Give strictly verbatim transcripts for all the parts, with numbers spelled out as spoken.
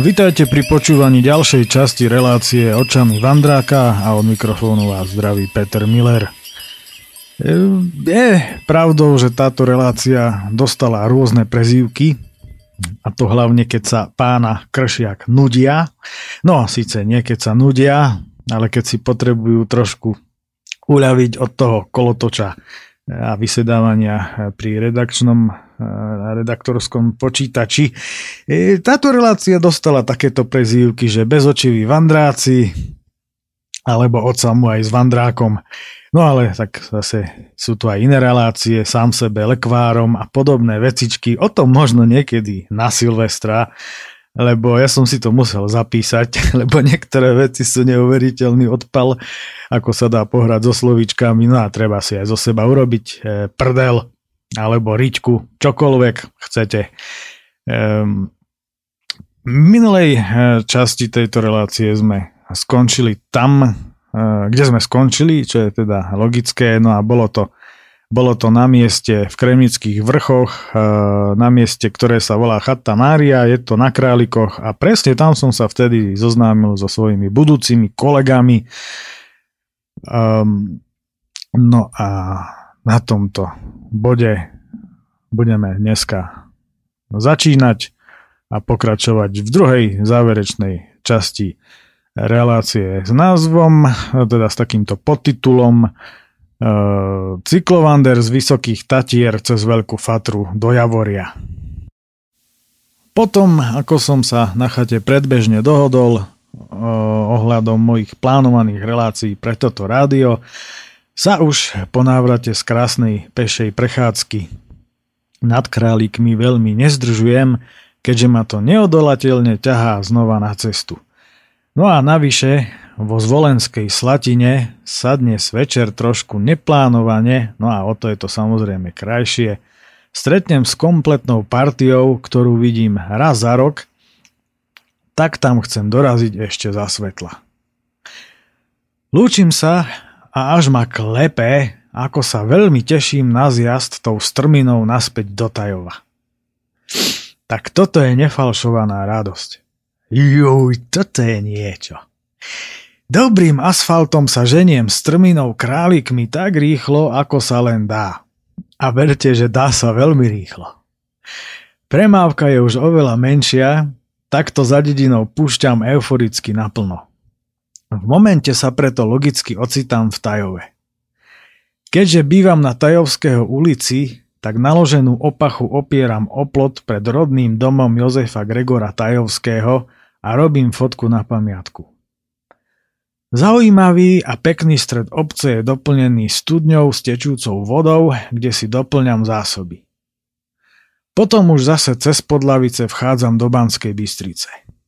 Vitajte pri počúvaní ďalšej časti relácie Očami Vandráka a od mikrofónu vás zdraví Peter Miller. Je pravdou, že táto relácia dostala rôzne prezývky, a to hlavne keď sa pána Kršiak nudia. No síce nie keď sa nudia, ale keď si potrebujú trošku uľaviť od toho kolotoča a vysedávania pri redakčnom redaktorskom počítači. Táto relácia dostala takéto prezývky, že bezočiví vandráci alebo od samu aj s vandrákom. No ale tak zase sú tu aj iné relácie, sám sebe, lekvárom a podobné vecičky. O tom možno niekedy na Silvestra, lebo ja som si to musel zapísať, lebo niektoré veci sú neuveriteľný odpal, ako sa dá pohrať so slovíčkami, no a treba si aj zo seba urobiť prdel alebo riťku, čokoľvek chcete. V minulej časti tejto relácie sme skončili tam, kde sme skončili, čo je teda logické, no a bolo to, bolo to na mieste v Kremnických vrchoch, na mieste, ktoré sa volá Chata Mária, je to na Králikoch a presne tam som sa vtedy zoznámil so svojimi budúcimi kolegami. Um, no a na tomto bode budeme dneska začínať a pokračovať v druhej záverečnej časti relácie s názvom, teda s takýmto podtitulom e, Cyklovander z Vysokých Tatier cez Veľkú Fatru do Javoria. Potom, ako som sa na chate predbežne dohodol e, ohľadom mojich plánovaných relácií pre toto rádio, sa už po návrate z krásnej pešej prechádzky nad Králíkmi veľmi nezdržujem, keďže ma to neodolateľne ťahá znova na cestu. No a navyše vo Zvolenskej Slatine sa dnes večer trošku neplánovane, no a o to je to samozrejme krajšie, stretnem s kompletnou partiou, ktorú vidím raz za rok, tak tam chcem doraziť ešte za svetla. Lúčim sa a až ma klepe, ako sa veľmi teším na zjazd tou strminou naspäť do Tajova. Tak toto je nefalšovaná radosť. Juj, toto je niečo. Dobrým asfaltom sa ženiem strminou Králikmi tak rýchlo, ako sa len dá. A verte, že dá sa veľmi rýchlo. Premávka je už oveľa menšia, takto za dedinou púšťam euforicky naplno. V momente sa preto logicky ocitám v Tajove. Keďže bývam na Tajovského ulici, tak naloženú opachu opieram o plot pred rodným domom Jozefa Gregora Tajovského a robím fotku na pamiatku. Zaujímavý a pekný stred obce je doplnený studňou s tečúcou vodou, kde si doplňam zásoby. Potom už zase cez Podlavice vchádzam do Banskej Bystrice.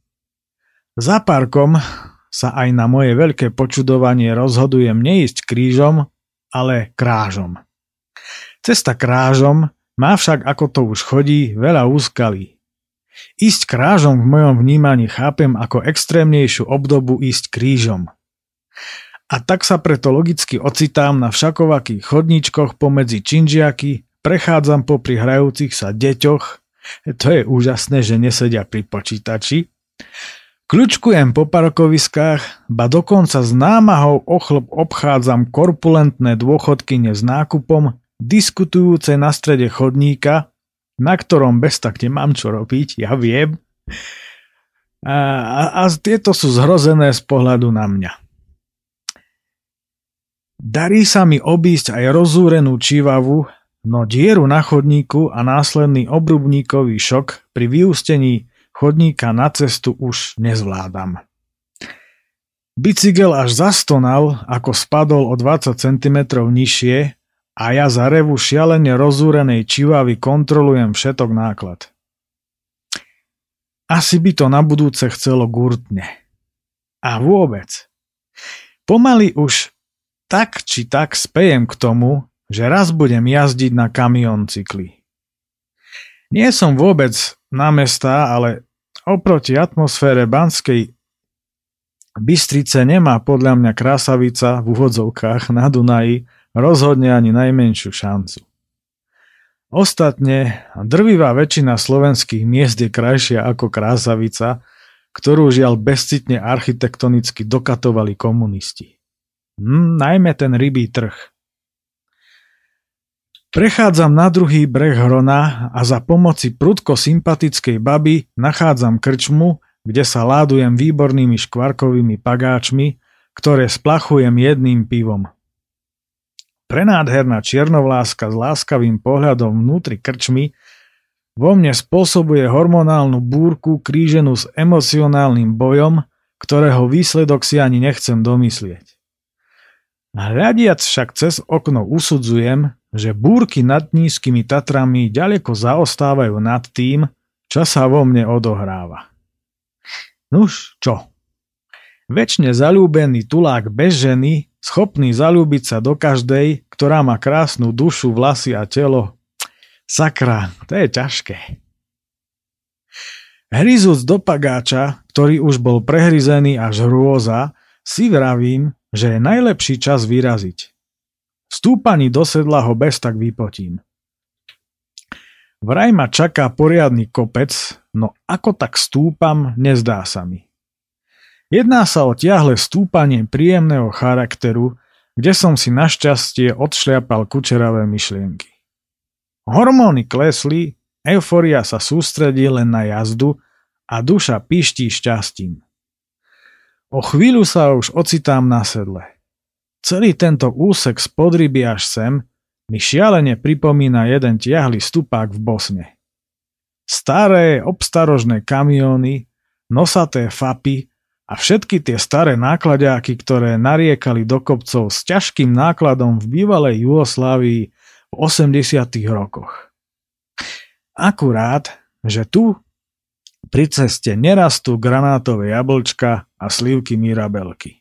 Za parkom sa aj na moje veľké počudovanie rozhodujem neísť krížom, ale krážom. Cesta krážom má však, ako to už chodí, veľa úskalí. Ísť krážom v mojom vnímaní chápem ako extrémnejšiu obdobu ísť krížom. A tak sa preto logicky ocitám na všakovakých chodníčkoch pomedzi činžiaky, prechádzam popri hrajúcich sa deťoch, to je úžasné, že nesedia pri počítači, kľučkujem po parkoviskách, ba dokonca s námahou o chlop obchádzam korpulentné dôchodkyne s nákupom, diskutujúce na strede chodníka, na ktorom bez tak nemám čo robiť, ja viem. A, a, a tieto sú zhrozené z pohľadu na mňa. Darí sa mi obísť aj rozúrenú čivavu, no dieru na chodníku a následný obrubníkový šok pri vyústení chodníka na cestu už nezvládam. Bicykel až zastonal, ako spadol o dvadsať centimetrov nižšie a ja za revu šialene rozúrenej čivavy kontrolujem všetok náklad. Asi by to na budúce chcelo gurtne. A vôbec. Pomaly už tak či tak spejem k tomu, že raz budem jazdiť na kamión cykli. Nie som vôbec na mestá, ale oproti atmosfére Banskej Bystrice nemá podľa mňa Krásavica v úvodzovkách na Dunaji rozhodne ani najmenšiu šancu. Ostatne drvivá väčšina slovenských miest je krajšia ako Krásavica, ktorú žiaľ bezcitne architektonicky dokatovali komunisti. Hm, najmä ten rybí trh. Prechádzam na druhý breh Hrona a za pomoci prudko sympatickej baby nachádzam krčmu, kde sa ládujem výbornými škvarkovými pagáčmi, ktoré splachujem jedným pivom. Prenádherná čiernovláska s láskavým pohľadom vnútri krčmy vo mne spôsobuje hormonálnu búrku kríženú s emocionálnym bojom, ktorého výsledok si ani nechcem domyslieť. Hľadiac však cez okno usudzujem, že búrky nad nízkymi Tatrami ďaleko zaostávajú nad tým, čo sa vo mne odohráva. Nuž, čo? Večne zaľúbený tulák bez ženy, schopný zaľúbiť sa do každej, ktorá má krásnu dušu, vlasy a telo. Sakra, to je ťažké. Hryzúc do pagáča, ktorý už bol prehryzený až hrôza, si vravím, že je najlepší čas vyraziť. V stúpaní do sedla ho bez tak vypotím. Vraj ma čaká poriadny kopec, no ako tak stúpam, nezdá sa mi. Jedná sa o tiahle stúpanie príjemného charakteru, kde som si našťastie odšliapal kučeravé myšlienky. Hormóny klesli, eufória sa sústredí len na jazdu a duša píští šťastím. O chvíľu sa už ocitám na sedle. Celý tento úsek z podryby až sem mi šialene pripomína jeden tiahly stupák v Bosne. Staré, obstarožné kamióny, nosaté fapy a všetky tie staré náklaďáky, ktoré nariekali do kopcov s ťažkým nákladom v bývalej Jugoslávii v osemdesiatych rokoch. Akurát, že tu pri ceste nerastú granátové jablčka a slivky mirabelky.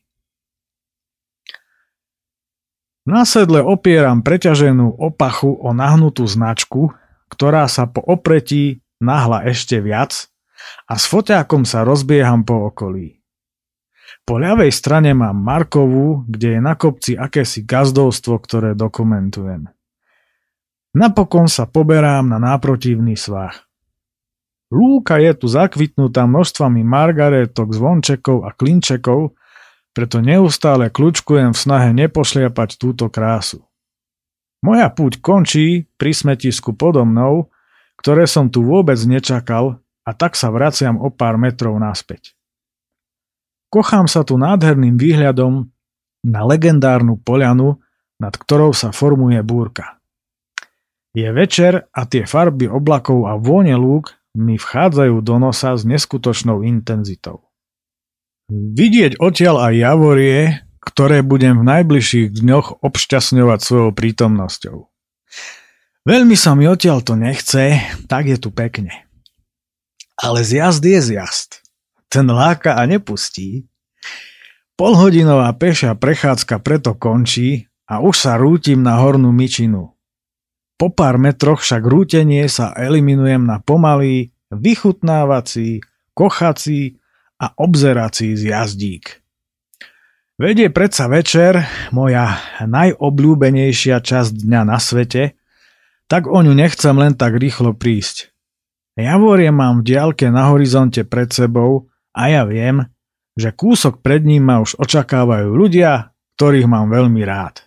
Na sedle opieram preťaženú opachu o nahnutú značku, ktorá sa po opretí nahla ešte viac a s foťákom sa rozbieham po okolí. Po ľavej strane mám Markovú, kde je na kopci akési gazdovstvo, ktoré dokumentujem. Napokon sa poberám na náprotivný svah. Lúka je tu zakvitnutá množstvami margarétok, zvončekov a klinčekov, preto neustále kľúčkujem v snahe nepošliapať túto krásu. Moja púť končí pri smetisku podo mnou, ktoré som tu vôbec nečakal, a tak sa vraciam o pár metrov naspäť. Kochám sa tu nádherným výhľadom na legendárnu poľanu, nad ktorou sa formuje búrka. Je večer a tie farby oblakov a vône lúk mi vchádzajú do nosa s neskutočnou intenzitou. Vidieť odtiaľ aj Javorie, ktoré budem v najbližších dňoch obšťastňovať svojou prítomnosťou. Veľmi sa mi odtiaľ to nechce, tak je tu pekne. Ale zjazd je zjazd. Ten láka a nepustí. Polhodinová pešia prechádzka preto končí a už sa rútim na hornú myčinu. Po pár metroch však rútenie sa eliminujem na pomalý, vychutnávací, kochací a obzerací zjazdík. Vedie predsa večer, moja najobľúbenejšia časť dňa na svete, tak o ňu nechcem len tak rýchlo prísť. Javorie mám v diaľke na horizonte pred sebou a ja viem, že kúsok pred ním ma už očakávajú ľudia, ktorých mám veľmi rád.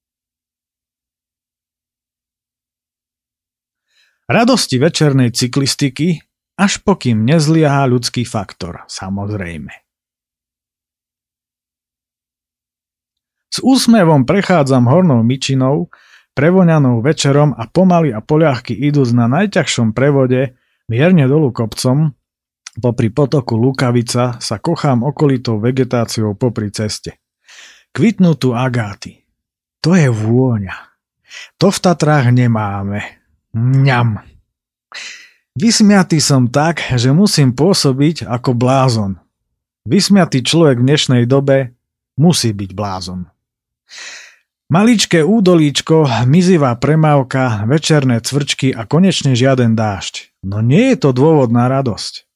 Radosti večernej cyklistiky, až pokým nezliahá ľudský faktor, samozrejme. S úsmevom prechádzam hornou myčinou, prevoňanou večerom a pomaly a poľahky idúc na najťažšom prevode, mierne dolu kopcom, popri potoku Lukavica sa kochám okolitou vegetáciou popri ceste. Kvitnú tu agáty. To je vôňa. To v Tatrách nemáme. Mňam. Vysmiatý som tak, že musím pôsobiť ako blázon. Vysmiatý človek v dnešnej dobe musí byť blázon. Maličké údolíčko, mizivá premávka, večerné cvrčky a konečne žiaden dážď. No nie je to dôvod na radosť.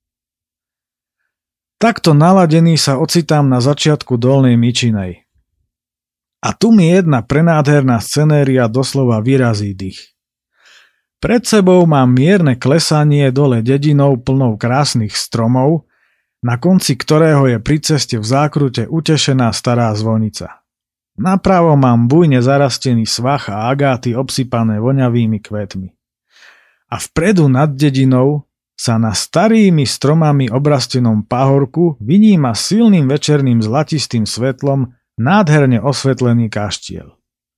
Takto naladený sa ocitám na začiatku Dolnej Myčinej. A tu mi jedna prenádherná scenéria doslova vyrazí dých. Pred sebou mám mierne klesanie dole dedinou plnou krásnych stromov, na konci ktorého je pri ceste v zákrute utešená stará zvonica. Napravo mám bujne zarastený svah a agáty obsypané voňavými kvetmi. A vpredu nad dedinou sa na starými stromami obrastenom pahorku vyníma silným večerným zlatistým svetlom nádherne osvetlený kaštiel.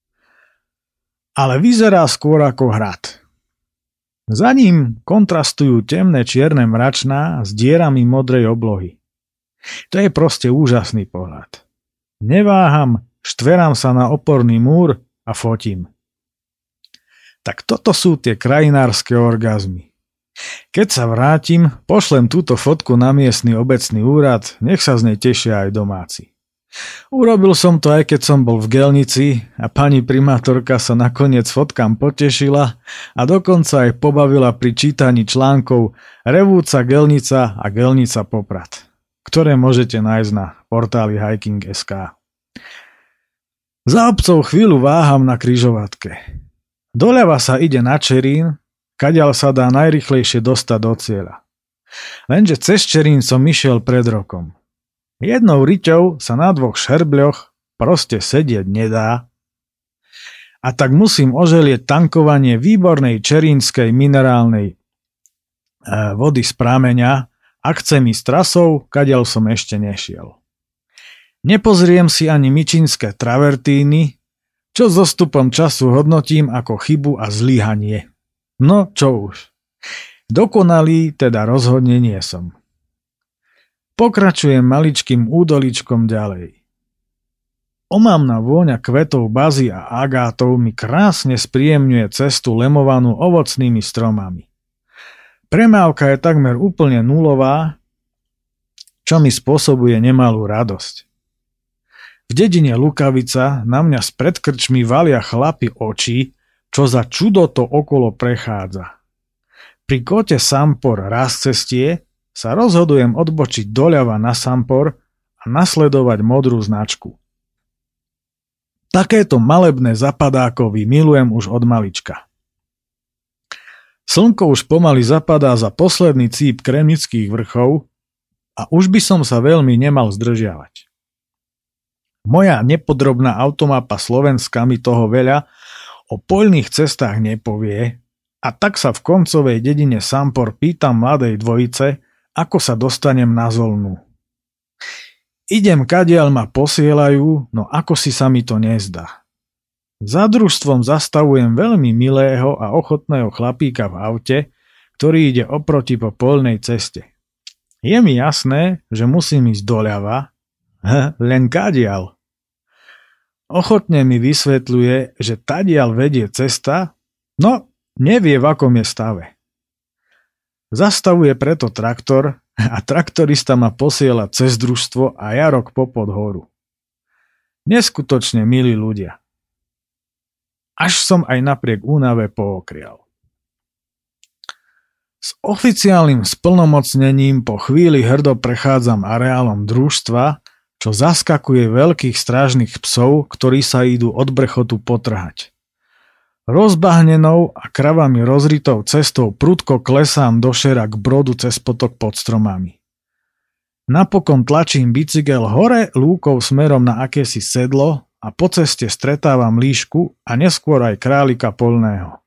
Ale vyzerá skôr ako hrad. Za ním kontrastujú temné čierne mračná s dierami modrej oblohy. To je proste úžasný pohľad. Neváham, štverám sa na oporný múr a fotím. Tak toto sú tie krajinárske orgazmy. Keď sa vrátim, pošlem túto fotku na miestny obecný úrad, nech sa z nej tešia aj domáci. Urobil som to, aj keď som bol v Gelnici a pani primátorka sa nakoniec fotkám potešila a dokonca aj pobavila pri čítaní článkov Revúca Gelnica a Gelnica Poprad, ktoré môžete nájsť na portáli hiking bodka es ká. Za obcov chvíľu váham na križovatke. Doľava sa ide na Čerín, kadiaľ sa dá najrýchlejšie dostať do cieľa. Lenže cez Čerín som išiel pred rokom. Jednou riťou sa na dvoch šerbľoch proste sedieť nedá a tak musím oželieť tankovanie výbornej čerínskej minerálnej e, vody z prameňa a chcem ísť trasou, kadiaľ som ešte nešiel. Nepozriem si ani myčínske travertíny, čo so stupom času hodnotím ako chybu a zlyhanie. No čo už. Dokonalý teda rozhodne nie som. Pokračujem maličkým údoličkom ďalej. Omamná vôňa kvetov bazy a agátov mi krásne spríjemňuje cestu lemovanú ovocnými stromami. Premávka je takmer úplne nulová, čo mi spôsobuje nemalú radosť. V dedine Lukavica na mňa spred krčmy valia chlapi oči, čo za čudo to okolo prechádza. Pri kote Sampor raz cestie sa rozhodujem odbočiť doľava na Sampor a nasledovať modrú značku. Takéto malebné zapadákovy milujem už od malička. Slnko už pomaly zapadá za posledný cíp Kremnických vrchov a už by som sa veľmi nemal zdržiavať. Moja nepodrobná automapa Slovenska mi toho veľa o poľných cestách nepovie a tak sa v koncovej dedine Sampor pýtam mladej dvojice, ako sa dostanem na Zolnú. Idem kadiaľ ma posielajú, no ako si sa mi to nezdá. Za družstvom zastavujem veľmi milého a ochotného chlapíka v aute, ktorý ide oproti po poľnej ceste. Je mi jasné, že musím ísť doľava, len kadiaľ. Ochotne mi vysvetľuje, že tadiaľ vedie cesta, no nevie v akom je stave. Zastavuje preto traktor a traktorista ma posiela cez družstvo a ja rok popod horu. Neskutočne milí ľudia. Až som aj napriek únave pookrial. S oficiálnym splnomocnením po chvíli hrdo prechádzam areálom družstva, čo zaskakuje veľkých strážnych psov, ktorí sa idú od brechotu potrhať. Rozbahnenou a kravami rozritou cestou prudko klesám do šera k brodu cez potok pod stromami. Napokon tlačím bicykel hore lúkou smerom na akési sedlo a po ceste stretávam líšku a neskôr aj králika poľného.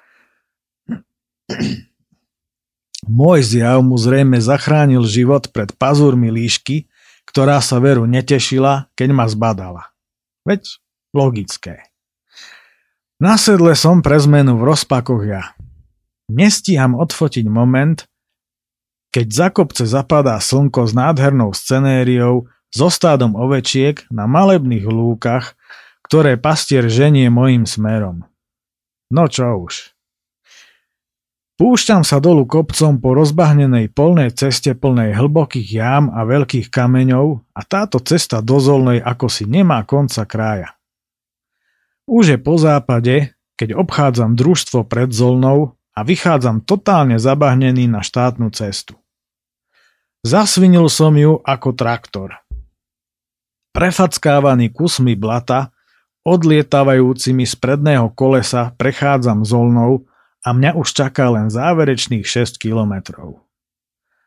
Môj zjav mu zrejme zachránil život pred pazúrmi líšky, ktorá sa veru netešila, keď ma zbadala. Veď logické. Na sedle som pre zmenu v rozpakoch ja. Nestíham odfotiť moment, keď za kopce zapadá slnko s nádhernou scenériou so stádom ovečiek na malebných lúkach, ktoré pastier ženie mojím smerom. No čo už. Púšťam sa dolu kopcom po rozbahnenej poľnej ceste plnej hlbokých jám a veľkých kameňov a táto cesta do Zolnej akosi nemá konca krája. Už je po západe, keď obchádzam družstvo pred Zolnou a vychádzam totálne zabahnený na štátnu cestu. Zasvinil som ju ako traktor. Prefackávaný kusmi blata, odlietavajúcimi z predného kolesa prechádzam Zolnou a mňa už čaká len záverečných šesť kilometrov.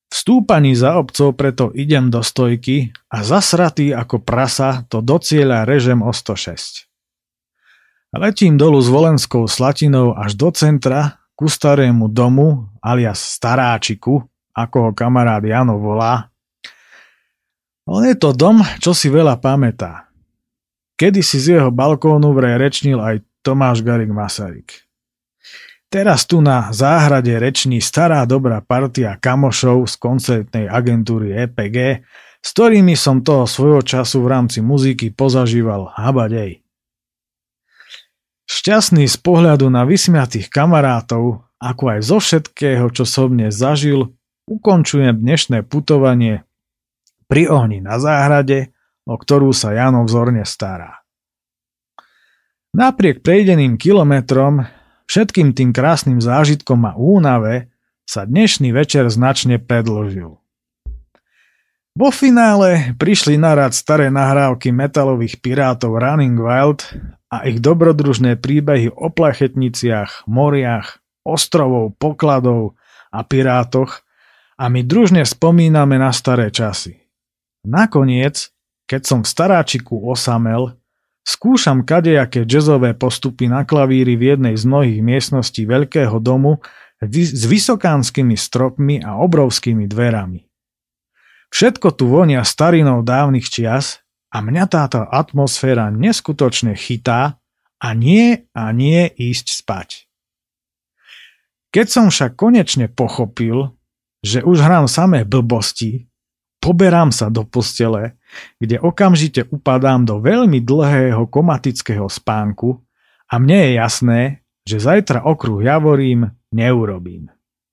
V stúpaní za obcov preto idem do stojky a zasratý ako prasa to do cieľa režem o sto šesť. Letím dolu s Volenskou Slatinou až do centra ku starému domu alias Staráčiku, ako ho kamarát Jano volá. On je to dom, čo si veľa pamätá. Kedysi z jeho balkónu vraj rečnil aj Tomáš Garrigue Masaryk. Teraz tu na záhrade reční stará dobrá partia kamošov z koncertnej agentúry é pé gé, s ktorými som toho svojho času v rámci muziky pozažíval habadej. Šťastný z pohľadu na vysmiatých kamarátov, ako aj zo všetkého, čo som dnes zažil, ukončujem dnešné putovanie pri ohni na záhrade, o ktorú sa Jano vzorne stará. Napriek prejdeným kilometrom, všetkým tým krásnym zážitkom a únave sa dnešný večer značne predĺžil. Vo finále prišli na rad staré nahrávky metalových pirátov Running Wild a ich dobrodružné príbehy o plachetniciach, moriach, ostrovov, pokladov a pirátoch a my družne spomíname na staré časy. Nakoniec, keď som v Staráčiku osamel, skúšam kadejaké jazzové postupy na klavíri v jednej z mnohých miestností veľkého domu s vysokánskymi stropmi a obrovskými dverami. Všetko tu vonia starinou dávnych čias a mňa táto atmosféra neskutočne chytá a nie a nie ísť spať. Keď som však konečne pochopil, že už hrám samé blbosti, poberám sa do postele, kde okamžite upadám do veľmi dlhého komatického spánku a mne je jasné, že zajtra okruh Javorím neurobím.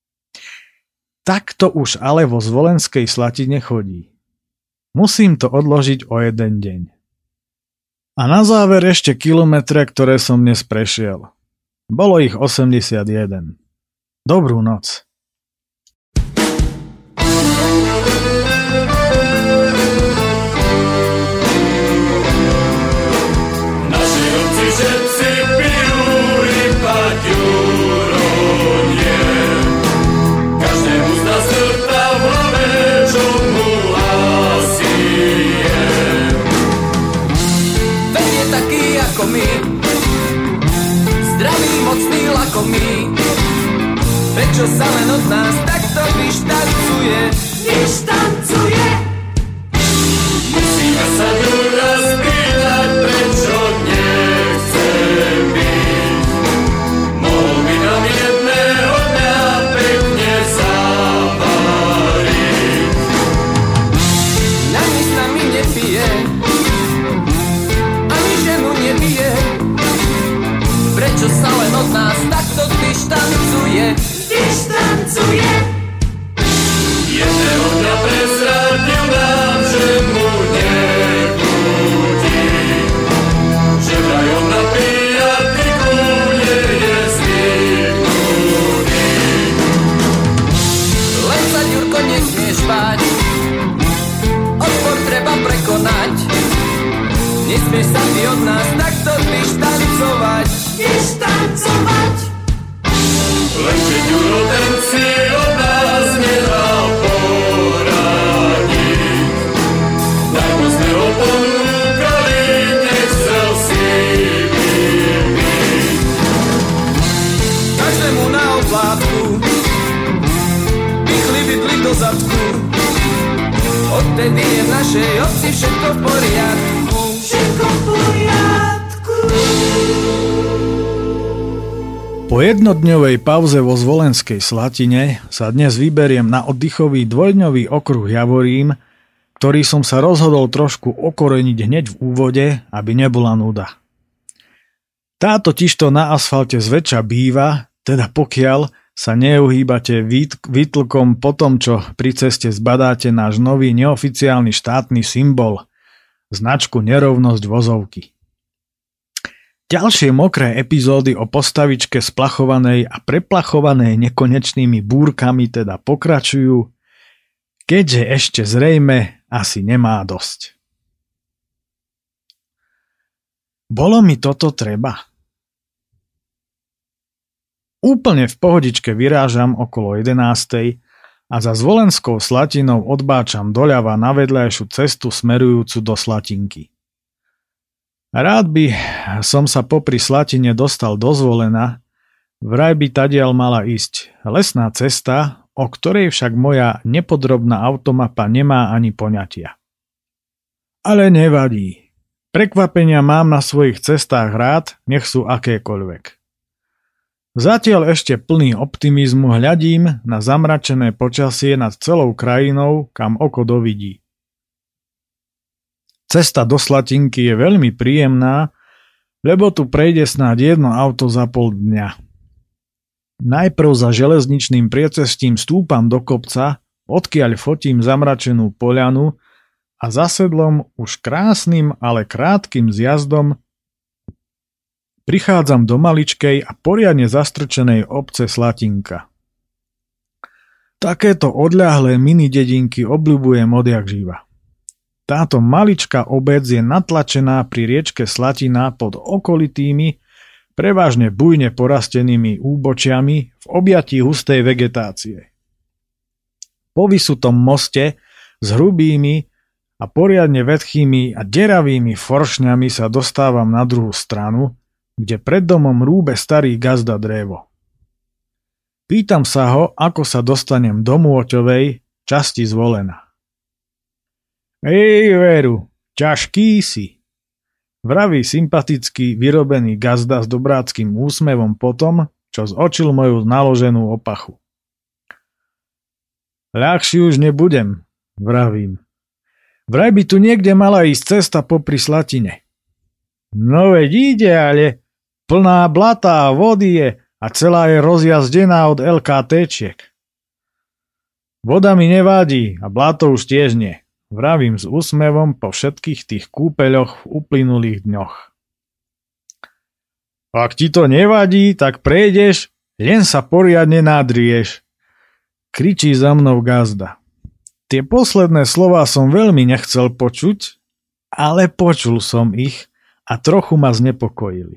Takto už ale vo Zvolenskej Slatine chodí. Musím to odložiť o jeden deň. A na záver ešte kilometre, ktoré som dnes prešiel. Bolo ich osemdesiatjeden. Dobrú noc. Zdravý, mocný, lakomý. Prečo sa len od nás takto vyštancuje? Vyštancuje. Musíme sa druhá spýtať, prečo nechce byť. Mohol by nám jedného dňa pekne zavariť. Na my s nami nepije, ani ženu nebije. Prečo sa len od nás takto dištancuje? Dištancuje. Jedného dňa prezradil nám, že mu nechutí, že vraj on na pijatyku nie je zvyknutý. Len sa, Ďurko, nesmieš báť, odpor treba prekonať. Nesmieš sa ty od nás takto dištancovať. Dištancovať. Lenže Ďuro, ten si od nás nedal poradiť. Najmo sme ho ponúkali, nechcel si vypiť. Každému na oplátku pichli vidli do zadku. Odtedy je v našej obci všetko v poriadku. Všetko v poriadku. Po jednodňovej pauze vo Zvolenskej Slatine sa dnes vyberiem na oddychový dvojdňový okruh Javorím, ktorý som sa rozhodol trošku okoreniť hneď v úvode, aby nebola nuda. Tá totižto na asfalte zväčša býva, teda pokiaľ sa neuhýbate výtlkom po tom, čo pri ceste zbadáte náš nový neoficiálny štátny symbol, značku nerovnosť vozovky. Ďalšie mokré epizódy o postavičke splachovanej a preplachovanej nekonečnými búrkami teda pokračujú, keďže ešte zrejme asi nemá dosť. Bolo mi toto treba? Úplne v pohodičke vyrážam okolo jedenástej a za Zvolenskou Slatinou odbáčam doľava na vedľajšiu cestu smerujúcu do Slatinky. Rád by som sa popri Slatine dostal do Zvolena, vraj by tadiaľ mala ísť lesná cesta, o ktorej však moja nepodrobná automapa nemá ani poňatia. Ale nevadí. Prekvapenia mám na svojich cestách rád, nech sú akékoľvek. Zatiaľ ešte plný optimizmu hľadím na zamračené počasie nad celou krajinou, kam oko dovidí. Cesta do Slatinky je veľmi príjemná, lebo tu prejde snáď jedno auto za pol dňa. Najprv za železničným priecestím stúpam do kopca, odkiaľ fotím zamračenú poľanu a za sedlom už krásnym, ale krátkym zjazdom prichádzam do maličkej a poriadne zastrčenej obce Slatinka. Takéto odľahlé mini dedinky obľúbujem odjak živa. Táto maličká obec je natlačená pri riečke Slatina pod okolitými, prevažne bujne porastenými úbočiami v objatí hustej vegetácie. Po vysutom moste s hrubými a poriadne vedchými a deravými foršňami sa dostávam na druhú stranu, kde pred domom rúbe starý gazda drevo. Pýtam sa ho, ako sa dostanem do Môťovej časti Zvolena. Ej, Veru, ťažký si, vraví sympatický vyrobený gazda s dobráckým úsmevom potom, čo zočil moju naloženú opachu. Ľahší už nebudem, vravím. Vraj by tu niekde mala ísť cesta popri Slatine. No veď ide, ale plná blata a vody je a celá je rozjazdená od LKTčiek. Voda mi nevadí a blato už tiež nie. Vravím s úsmevom po všetkých tých kúpeľoch v uplynulých dňoch. Ak ti to nevadí, tak prejdeš, len sa poriadne nadrieš, kričí za mnou gazda. Tie posledné slová som veľmi nechcel počuť, ale počul som ich a trochu ma znepokojili.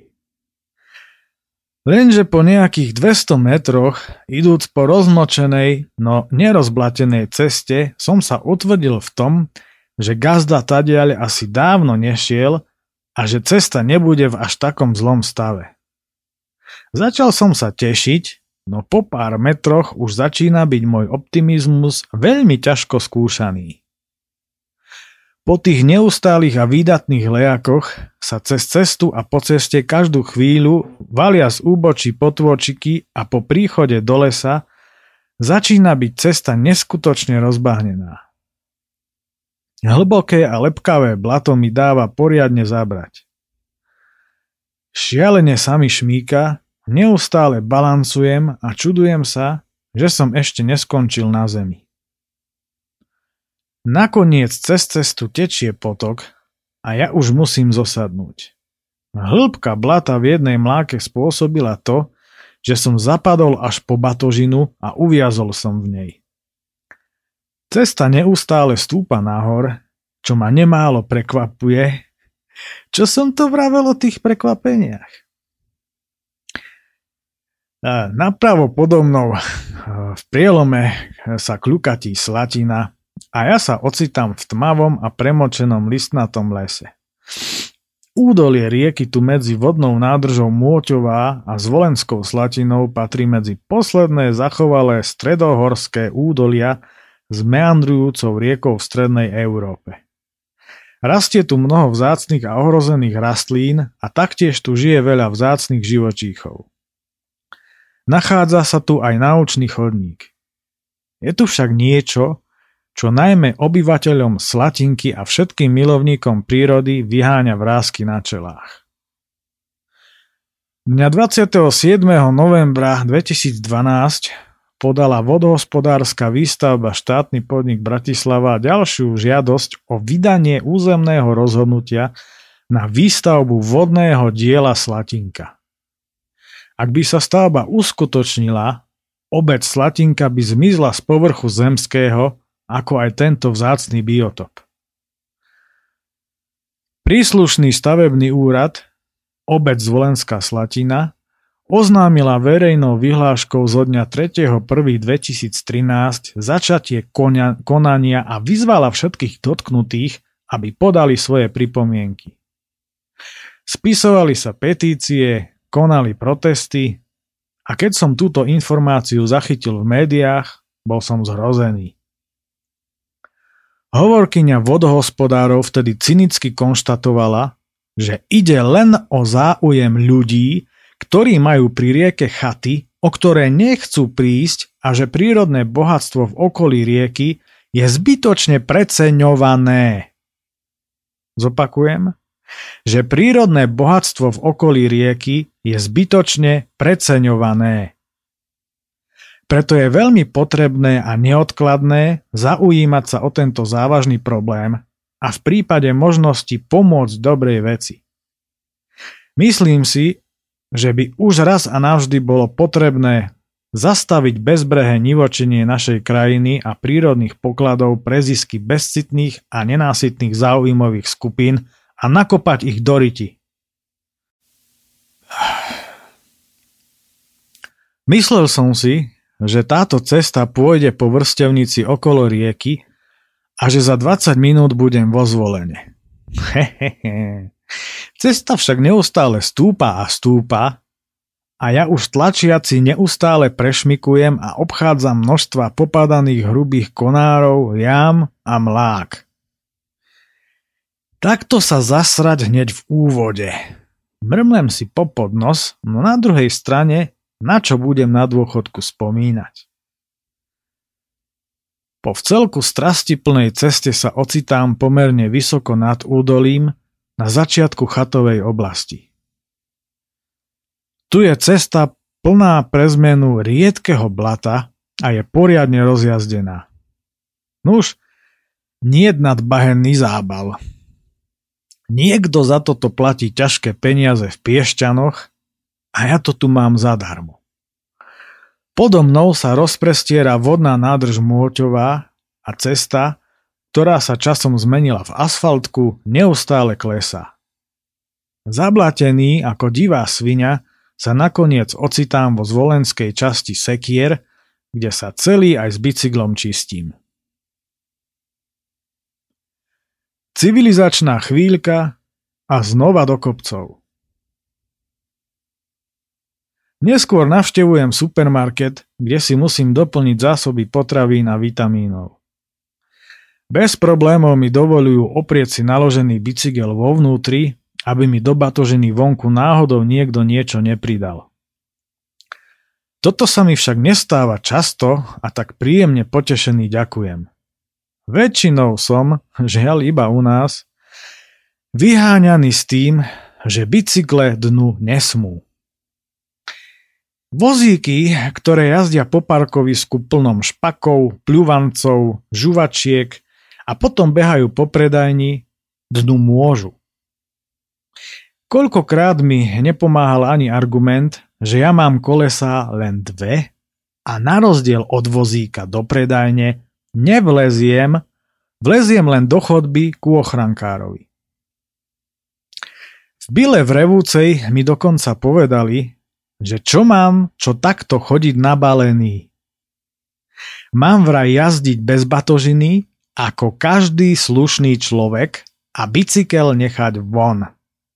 Lenže po nejakých dvesto metroch, idúc po rozmočenej, no nerozblatenej ceste, som sa utvrdil v tom, že gazda tadiaľ asi dávno nešiel a že cesta nebude v až takom zlom stave. Začal som sa tešiť, no po pár metroch už začína byť môj optimizmus veľmi ťažko skúšaný. Po tých neustálých a výdatných lejakoch sa cez cestu a po ceste každú chvíľu valia z úbočí potôčiky a po príchode do lesa začína byť cesta neskutočne rozbahnená. Hlboké a lepkavé blato mi dáva poriadne zabrať. Šialene sa mi šmíka, neustále balancujem a čudujem sa, že som ešte neskončil na zemi. Nakoniec cez cestu tečie potok a ja už musím zosadnúť. Hĺbka blata v jednej mláke spôsobila to, že som zapadol až po batožinu a uviazol som v nej. Cesta neustále stúpa nahor, čo ma nemálo prekvapuje. Čo som to vravel o tých prekvapeniach? Napravo podo mnou v prielome sa kľukatí Slatina a ja sa ocitám v tmavom a premočenom listnatom lese. Údolie rieky tu medzi vodnou nádržou Môťová a Zvolenskou Slatinou patrí medzi posledné zachovalé stredohorské údolia s meandrujúcou riekou v strednej Európe. Rastie tu mnoho vzácnych a ohrozených rastlín a taktiež tu žije veľa vzácnych živočíchov. Nachádza sa tu aj naučný chodník. Je tu však niečo, čo najmä obyvateľom Slatinky a všetkým milovníkom prírody vyháňa vrásky na čelách. Dňa dvadsiateho siedmeho novembra dvetisícdvanásť podala vodohospodárska výstavba štátny podnik Bratislava ďalšiu žiadosť o vydanie územného rozhodnutia na výstavbu vodného diela Slatinka. Ak by sa stavba uskutočnila, obec Slatinka by zmizla z povrchu zemského, ako aj tento vzácny biotop. Príslušný stavebný úrad, obec Zvolenská Slatina, oznámila verejnou vyhláškou zo dňa tretieho prvého dvetisíctrinásť začatie konia, konania a vyzvala všetkých dotknutých, aby podali svoje pripomienky. Spisovali sa petície, konali protesty a keď som túto informáciu zachytil v médiách, bol som zhrozený. Hovorkyňa vodohospodárov vtedy cynicky konštatovala, že ide len o záujem ľudí, ktorí majú pri rieke chaty, o ktoré nechcú prísť a že prírodné bohatstvo v okolí rieky je zbytočne preceňované. Zopakujem, že prírodné bohatstvo v okolí rieky je zbytočne preceňované. Preto je veľmi potrebné a neodkladné zaujímať sa o tento závažný problém a v prípade možnosti pomôcť dobrej veci. Myslím si, že by už raz a navždy bolo potrebné zastaviť bezbrehé nivočenie našej krajiny a prírodných pokladov pre zisky bezcitných a nenásytných záujmových skupín a nakopať ich do ryti. Myslel som si, že táto cesta pôjde po vrstevnici okolo rieky a že za dvadsať minút budem vo Zvolene. Hehehe. Cesta však neustále stúpa a stúpa a ja už tlačiaci neustále prešmikujem a obchádzam množstva popadaných hrubých konárov, jam a mlák. Takto sa zasrať hneď v úvode. Mrmlem si popod nos, no na druhej strane, na čo budem na dôchodku spomínať. Po vcelku strastiplnej ceste sa ocitám pomerne vysoko nad údolím, na začiatku chatovej oblasti. Tu je cesta plná pre zmenu riedkeho blata a je poriadne rozjazdená. Nuž, niet nadbahenný zábal. Niekto za toto platí ťažké peniaze v Piešťanoch a ja to tu mám zadarmo. Podo mnou sa rozprestiera vodná nádrž Môťová a cesta, ktorá sa časom zmenila v asfaltku, neustále klesá. Zablatený ako divá sviňa sa nakoniec ocitám vo zvolenskej časti Sekier, kde sa celý aj s bicyklom čistím. Civilizačná chvíľka a znova do kopcov. Neskôr navštevujem supermarket, kde si musím doplniť zásoby potravín a vitamínov. Bez problémov mi dovolujú oprieť si naložený bicykel vo vnútri, aby mi do batožiny vonku náhodou niekto niečo nepridal. Toto sa mi však nestáva často a tak príjemne potešený ďakujem. Väčšinou som, žiaľ iba u nás, vyháňaný s tým, že bicykle dnu nesmú. Vozíky, ktoré jazdia po parkovisku plnom špakov, pľuvancov, žuvačiek a potom behajú po predajni, dnu môžu. Koľkokrát mi nepomáhal ani argument, že ja mám kolesá len dve a na rozdiel od vozíka do predajne nevleziem, vleziem len do chodby ku ochrankárovi. V Bile v Revúcej mi dokonca povedali, že čo mám, čo takto chodiť nabalený. Mám vraj jazdiť bez batožiny, ako každý slušný človek a bicykel nechať von.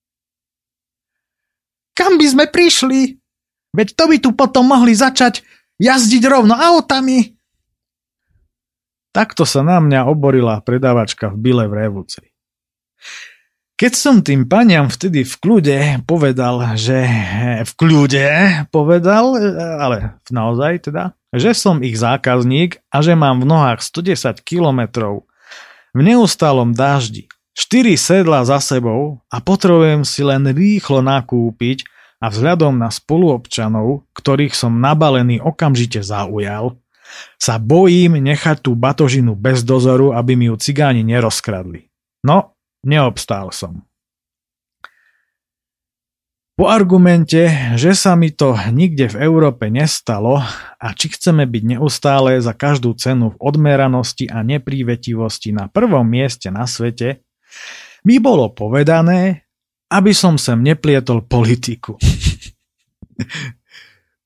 Kam by sme prišli? Veď to by tu potom mohli začať jazdiť rovno autami. Takto sa na mňa oborila predávačka v Bile v Revúcej. Keď som tým paniam vtedy v kľude povedal, že v kľude povedal, ale naozaj teda, že som ich zákazník a že mám v nohách stodesať kilometrov v neustálom dáždi, štyri sedlá za sebou a potrebujem si len rýchlo nakúpiť a vzhľadom na spoluobčanov, ktorých som nabalený okamžite zaujal, sa bojím nechať tú batožinu bez dozoru, aby mi ju cigáni nerozkradli. No, neobstál som. Po argumente, že sa mi to nikde v Európe nestalo a či chceme byť neustále za každú cenu v odmeranosti a neprívětivosti na prvom mieste na svete, mi bolo povedané, aby som sem neplietol politiku.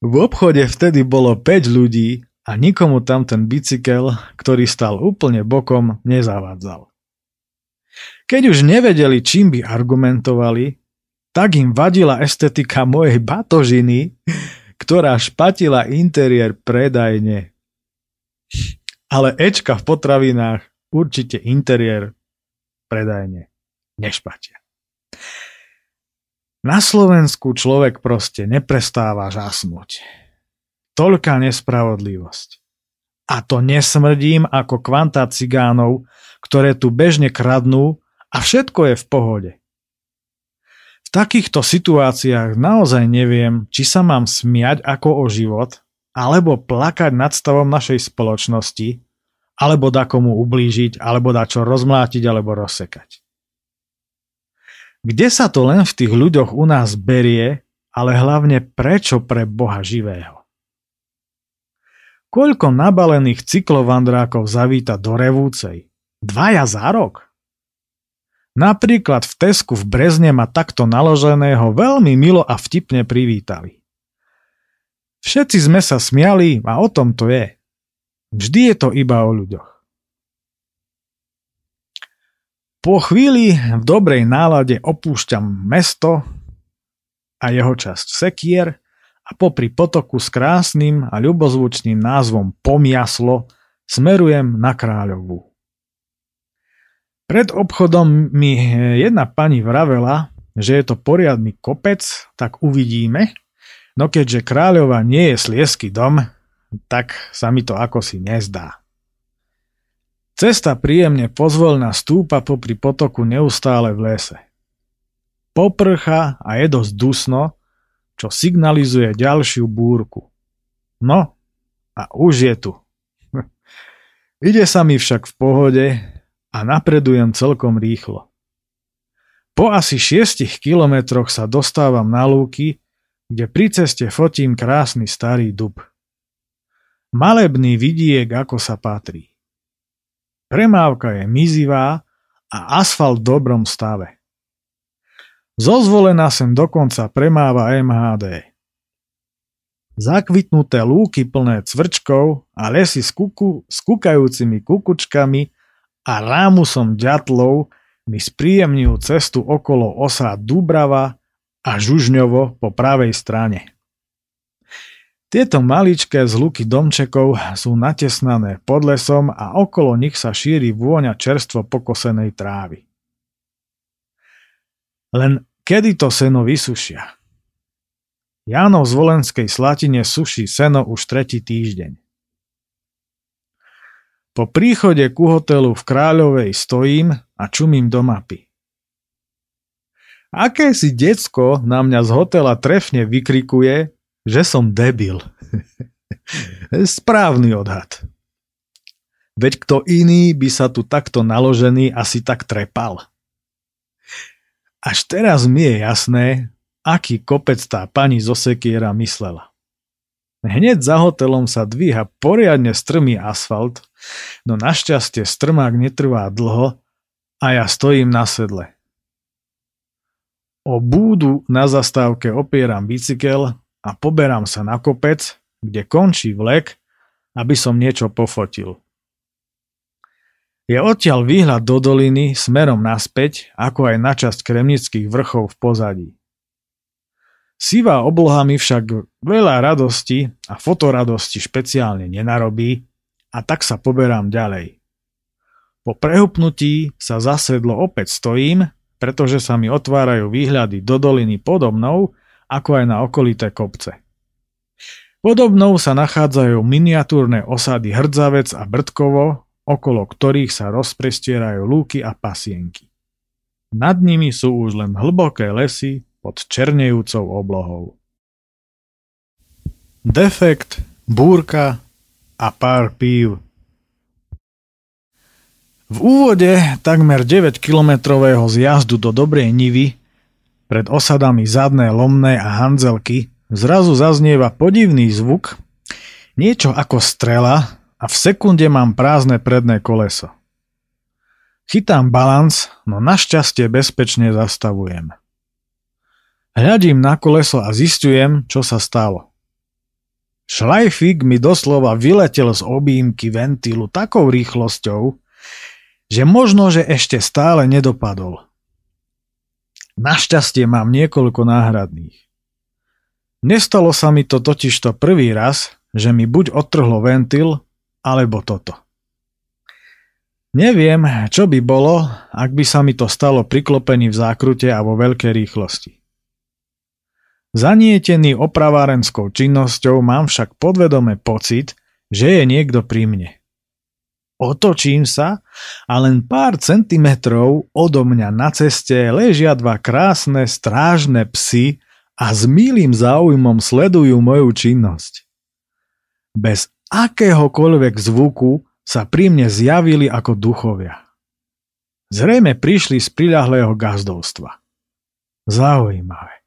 V obchode vtedy bolo päť ľudí a nikomu tam ten bicykel, ktorý stal úplne bokom, nezavádzal. Keď už nevedeli, čím by argumentovali, tak im vadila estetika mojej batožiny, ktorá špatila interiér predajne. Ale Ečka v potravinách určite interiér predajne nešpatia. Na Slovensku človek proste neprestáva žasnúť. Toľká nespravodlivosť. A to nesmrdím ako kvanta cigánov, ktoré tu bežne kradnú a všetko je v pohode. V takýchto situáciách naozaj neviem, či sa mám smiať ako o život, alebo plakať nad stavom našej spoločnosti, alebo dá komu ublížiť, alebo dá čo rozmlátiť, alebo rozsekať. Kde sa to len v tých ľuďoch u nás berie, ale hlavne prečo pre Boha živého? Koľko nabalených cyklovandrákov zavíta do Revúcej? Dvaja za rok? Napríklad v Tesku v Brezne ma takto naloženého veľmi milo a vtipne privítali. Všetci sme sa smiali a o tom to je. Vždy je to iba o ľuďoch. Po chvíli v dobrej nálade opúšťam mesto a jeho časť Sekier a popri potoku s krásnym a ľubozvučným názvom Pomiaslo smerujem na Kráľovú. Pred obchodom mi jedna pani vravela, že je to poriadny kopec, tak uvidíme, no keďže Kráľova nie je sliesky dom, tak sa mi to akosi nezdá. Cesta príjemne pozvoľna stúpa popri potoku neustále v lese. Poprcha a je dosť dusno, čo signalizuje ďalšiu búrku. No, a už je tu. Ide sa mi však v pohode a napredujem celkom rýchlo. Po asi šiestich kilometroch sa dostávam na lúky, kde pri ceste fotím krásny starý dub. Malebný vidiek, ako sa patrí. Premávka je mizivá a asfalt v dobrom stave. Zozvolená sem dokonca premáva em há dé. Zakvitnuté lúky plné cvrčkov a lesy s, kuku, s kukajúcimi kukučkami a rámusom ďatlov mi spríjemňujú cestu okolo osá Dubrava a Žužňovo po pravej strane. Tieto maličké zluky domčekov sú natesnané pod lesom a okolo nich sa šíri vôňa čerstvo pokosenej trávy. Len kedy to seno vysušia? Jano v Zvolenskej Slatine suší seno už tretí týždeň. Po príchode ku hotelu v Kráľovej stojím a čumím do mapy. Akési decko na mňa z hotela trefne vykrikuje, že som debil. Správny odhad. Veď kto iný by sa tu takto naložený asi tak trepal. Až teraz mi je jasné, aký kopec tá pani zo Sekiera myslela. Hneď za hotelom sa dvíha poriadne strmý asfalt, no našťastie strmák netrvá dlho a ja stojím na sedle. O búdu na zastávke opieram bicykel a poberám sa na kopec, kde končí vlek, aby som niečo pofotil. Je odtiaľ výhľad do doliny smerom naspäť, ako aj na časť Kremnických vrchov v pozadí. Sivá obloha mi však veľa radosti a fotoradosti špeciálne nenarobí a tak sa poberám ďalej. Po prehupnutí sa zasedlo opäť stojím, pretože sa mi otvárajú výhľady do doliny podobnou, ako aj na okolité kopce. Podobnou sa nachádzajú miniatúrne osady Hrdzavec a Brdkovo, okolo ktorých sa rozprestierajú lúky a pasienky. Nad nimi sú už len hlboké lesy pod černejúcou oblohou. Defekt, búrka a pár pív. V úvode takmer deväťkilometrového zjazdu do Dobrej Nivy pred osadami Zadné, Lomné a Handzelky zrazu zaznieva podivný zvuk, niečo ako strela a v sekunde mám prázdne predné koleso. Chytám balans, no našťastie bezpečne zastavujem. Hľadím na koleso a zistujem, čo sa stalo. Šlajfík mi doslova vyletel z objímky ventilu takou rýchlosťou, že možno, že ešte stále nedopadol. Našťastie mám niekoľko náhradných. Nestalo sa mi to totižto prvý raz, že mi buď odtrhlo ventil, alebo toto. Neviem, čo by bolo, ak by sa mi to stalo pri klopení v zákrute a vo veľkej rýchlosti. Zanietený opravárenskou činnosťou mám však podvedome pocit, že je niekto pri mne. Otočím sa a len pár centimetrov odo mňa na ceste ležia dva krásne strážne psy a s milým záujmom sledujú moju činnosť. Bez akéhokoľvek zvuku sa pri mne zjavili ako duchovia. Zrejme prišli z priľahlého gazdovstva. Zaujímavé.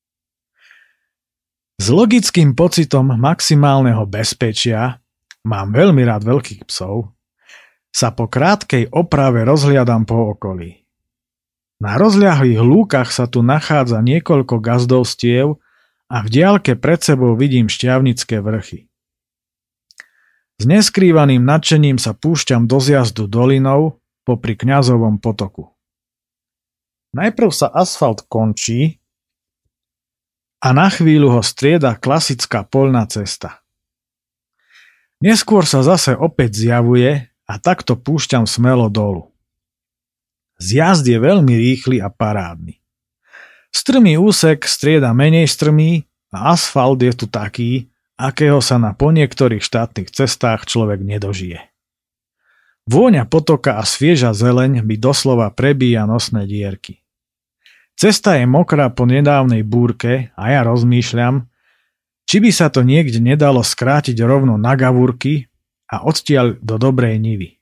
S logickým pocitom maximálneho bezpečia, mám veľmi rád veľkých psov, sa po krátkej oprave rozhliadam po okolí. Na rozľahlých lúkach sa tu nachádza niekoľko gazdovstiev a v diaľke pred sebou vidím šťavnické vrchy. S neskrývaným nadšením sa púšťam do zjazdu dolinou popri Kňazovom potoku. Najprv sa asfalt končí a na chvíľu ho strieda klasická poľná cesta. Neskôr sa zase opäť zjavuje a takto púšťam smelo dolu. Zjazd je veľmi rýchly a parádny. Strmý úsek strieda menej strmý a asfalt je tu taký, akého sa na po niektorých štátnych cestách človek nedožije. Vôňa potoka a svieža zeleň by doslova prebíja nosné dierky. Cesta je mokrá po nedávnej búrke a ja rozmýšľam, či by sa to niekde nedalo skrátiť rovno na gavúrky a odtiaľ do dobrej nivy.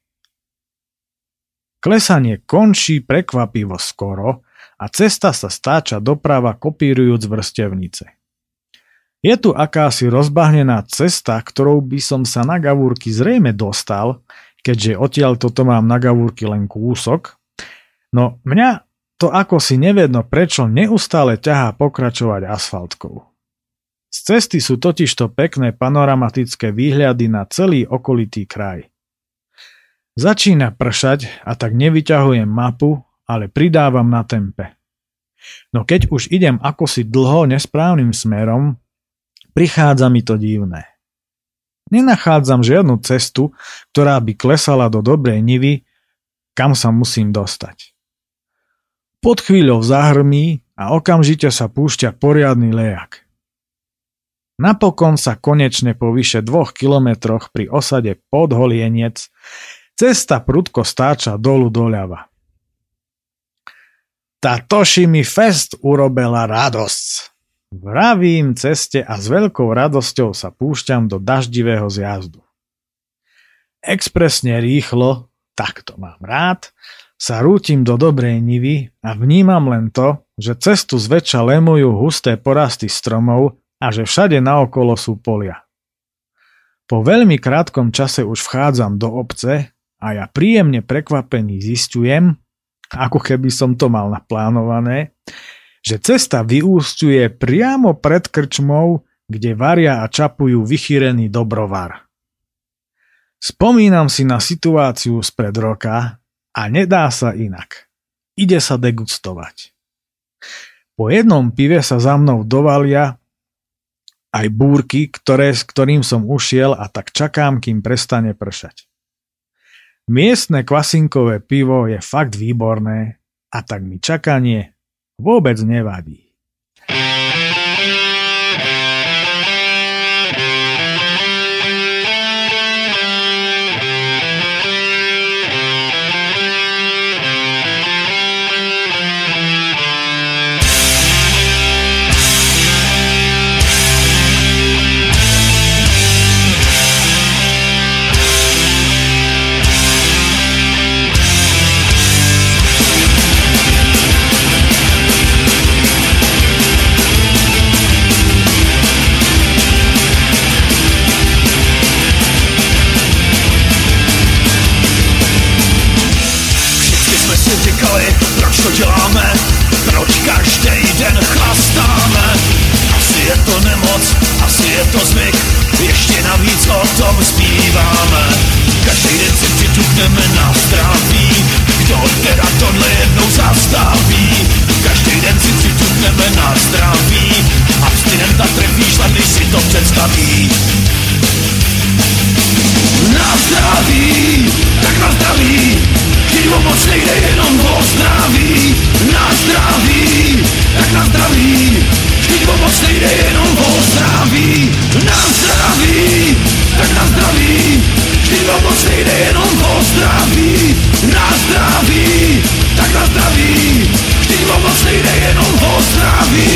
Klesanie končí prekvapivo skoro a cesta sa stáča doprava kopírujúc vrstevnice. Je tu akási rozbahnená cesta, ktorou by som sa na gavúrky zrejme dostal, keďže odtiaľ toto mám na gavúrky len kúsok, no mňa to ako si nevedno prečo neustále ťahá pokračovať asfaltkou. Z cesty sú totižto pekné panoramatické výhľady na celý okolitý kraj. Začína pršať a tak nevyťahujem mapu, ale pridávam na tempe. No keď už idem akosi dlho nesprávnym smerom, prichádza mi to divné. Nenachádzam žiadnu cestu, ktorá by klesala do dobrej nivy, kam sa musím dostať. Pod chvíľou zahrmí a okamžite sa púšťa poriadny lejak. Napokon sa konečne po vyše dvoch kilometroch pri osade Podholienec cesta prudko stáča dolu doľava. Tá Toši mi fest urobila radosť. Vravím ceste a s veľkou radosťou sa púšťam do daždivého zjazdu. Expresne rýchlo, tak to mám rád, sa rútim do dobrej nivy a vnímam len to, že cestu zväčša lemujú husté porasty stromov a že všade naokolo sú polia. Po veľmi krátkom čase už vchádzam do obce a ja príjemne prekvapený zisťujem, ako keby som to mal naplánované, že cesta vyúsťuje priamo pred krčmou, kde varia a čapujú vychýrený dobrovar. Spomínam si na situáciu spred roka a nedá sa inak. Ide sa degustovať. Po jednom pive sa za mnou dovalia aj búrky, ktoré, s ktorým som ušiel a tak čakám, kým prestane pršať. Miestne kvasinkové pivo je fakt výborné a tak mi čakanie vôbec nevadí. Co děláme, proč každý den chlastáme? Asi je to nemoc, asi je to zvyk, ještě zpíváme, každý den si přiťukneme na zdraví. Kdo teda tohle jednou zastaví? Každý den si přiťukneme na zdraví. Abstinenta trefíš, len když si to představí. Na zdraví, tak na zdraví. Vždyť o moc nejde jenom o zdraví. Na zdraví, tak na zdraví. Vždyť o moc nejde jenom o zdraví. Na zdraví, tak na zdraví. Vždyť o moc nejde jenom o zdraví. Na zdraví, tak na zdraví. Vždyť o moc nejde jenom o zdraví.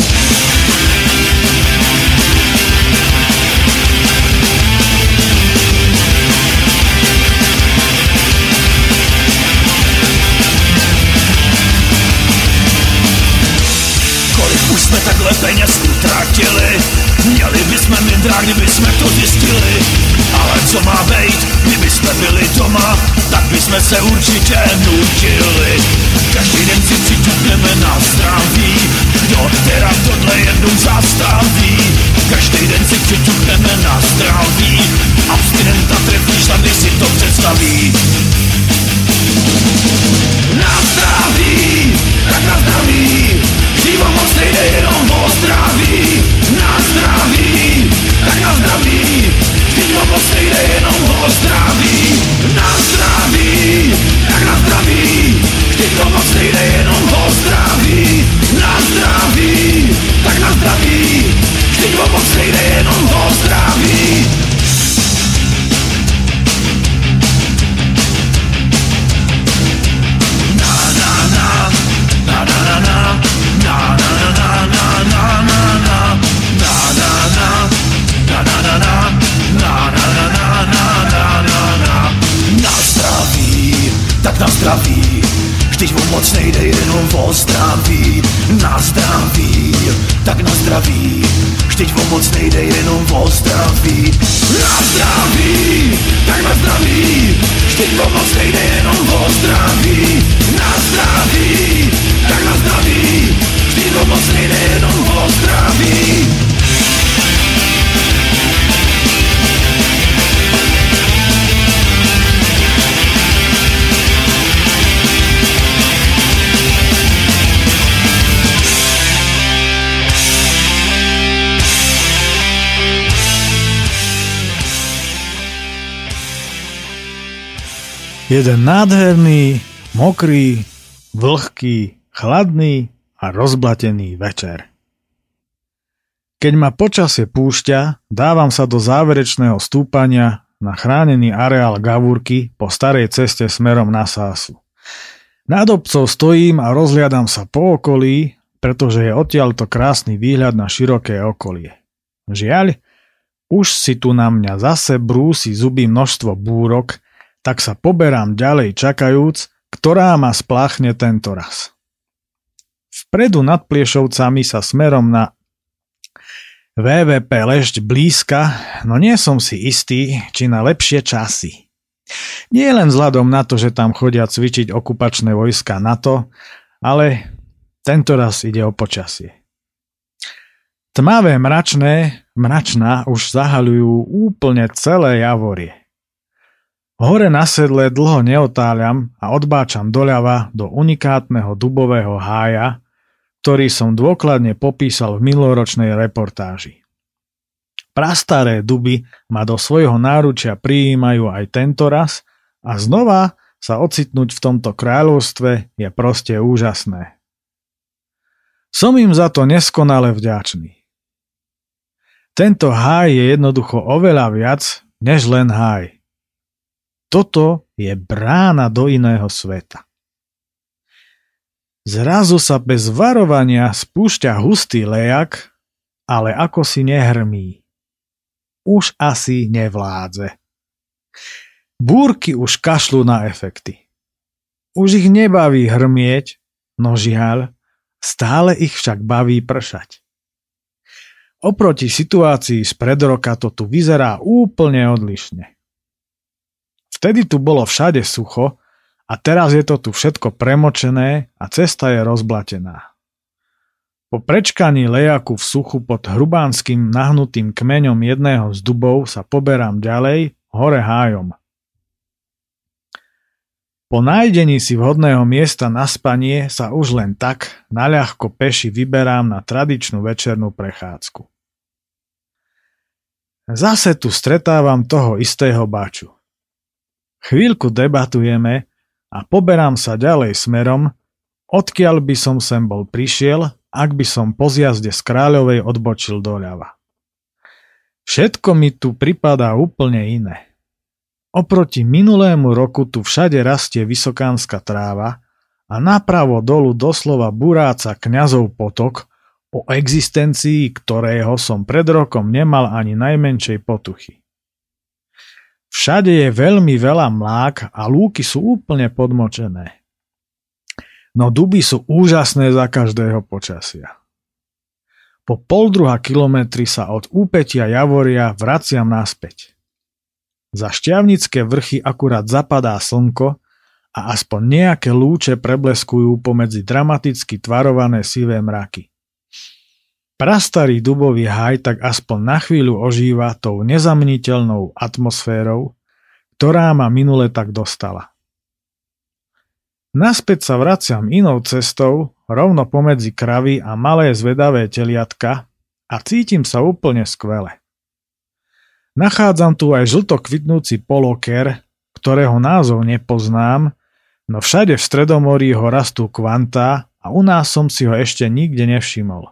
Už jsme takhle peněz utratili, měli bychom mindrák, kdyby jsme to zjistili. Ale co má bejt, kdyby jsme byli doma, tak bychom se určitě nutili. Každý den si přiťukneme na zdraví, kdo teda tohle jednou zastaví. Každý den si přiťukneme na zdraví, abstinenta trefíš, tam když si to představí. Na zdraví, tak na zdraví. Vždyť o moc nejde jenom o zdraví. Na zdraví, tak na zdraví. Vždyť o moc nejde jenom o zdraví. Na zdraví, tak na zdraví. Vždyť o moc nejde jenom o zdraví. Na zdraví, tak na zdraví. Vždyť o moc nejde jenom o zdraví. Na na na, na na na na. Na na na na na na na na na na na na na na na na na na na na. Na zdraví, tak na zdraví. Vždyť o moc nejde jenom o zdraví. Na zdraví, tak na zdraví. Vždyť o moc nejde jenom o zdraví. Na zdraví, tak na zdraví. Vždyť o moc nejde jenom o zdraví. Na zdraví, tak na zdraví. Vždyť o moc nejde jenom o zdraví. Jeden nádherný, mokrý, vlhký, chladný a rozblatený večer. Keď ma počasie púšťa, dávam sa do záverečného stúpania na chránený areál Gavúrky po starej ceste smerom na Sásu. Nad obcov stojím a rozhliadam sa po okolí, pretože je odtiaľto krásny výhľad na široké okolie. Žiaľ, už si tu na mňa zase brúsi zuby množstvo búrok, tak sa poberám ďalej čakajúc, ktorá ma spláchne tento raz. Vpredu nad Pliešovcami sa smerom na vé vé pé Lešť blízka, no nie som si istý, či na lepšie časy. Nie len vzhľadom na to, že tam chodia cvičiť okupačné vojska NATO, ale tento raz ide o počasie. Tmavé mračné, mračná už zahaľujú úplne celé Javorie. Hore na sedle dlho neotáľam a odbáčam doľava do unikátneho dubového hája, ktorý som dôkladne popísal v minuloročnej reportáži. Prastaré duby ma do svojho náručia prijímajú aj tento raz a znova sa ocitnúť v tomto kráľovstve je proste úžasné. Som im za to neskonale vďačný. Tento háj je jednoducho oveľa viac než len háj. Toto je brána do iného sveta. Zrazu sa bez varovania spúšťa hustý lejak, ale ako si nehrmí. Už asi nevládze. Búrky už kašľú na efekty. Už ich nebaví hrmieť, no žiaľ, stále ich však baví pršať. Oproti situácii spred roka to tu vyzerá úplne odlišne. Vtedy tu bolo všade sucho a teraz je to tu všetko premočené a cesta je rozblatená. Po prečkaní lejaku v suchu pod hrubánskym nahnutým kmeňom jedného z dubov sa poberám ďalej, hore hájom. Po nájdení si vhodného miesta na spanie sa už len tak naľahko peši vyberám na tradičnú večernú prechádzku. Zase tu stretávam toho istého baču. Chvíľku debatujeme a poberám sa ďalej smerom, odkiaľ by som sem bol prišiel, ak by som po zjazde z Kráľovej odbočil doľava. Všetko mi tu pripadá úplne iné. Oproti minulému roku tu všade rastie vysokánska tráva a napravo dolu doslova buráca Kňazov potok, o existencii ktorého som pred rokom nemal ani najmenšej potuchy. Všade je veľmi veľa mlák a lúky sú úplne podmočené. No duby sú úžasné za každého počasia. Po poldruha kilometri sa od úpetia Javoria vraciam naspäť. Za Šťavnické vrchy akurát zapadá slnko a aspoň nejaké lúče prebleskujú pomedzi dramaticky tvarované sivé mraky. Prastarý dubový haj tak aspoň na chvíľu ožíva tou nezameniteľnou atmosférou, ktorá ma minule tak dostala. Naspäť sa vraciam inou cestou, rovno pomedzi kravy a malé zvedavé teliatka a cítim sa úplne skvele. Nachádzam tu aj žlto kvitnúci poloker, ktorého názov nepoznám, no všade v Stredomorí ho rastú kvantá a u nás som si ho ešte nikde nevšimol.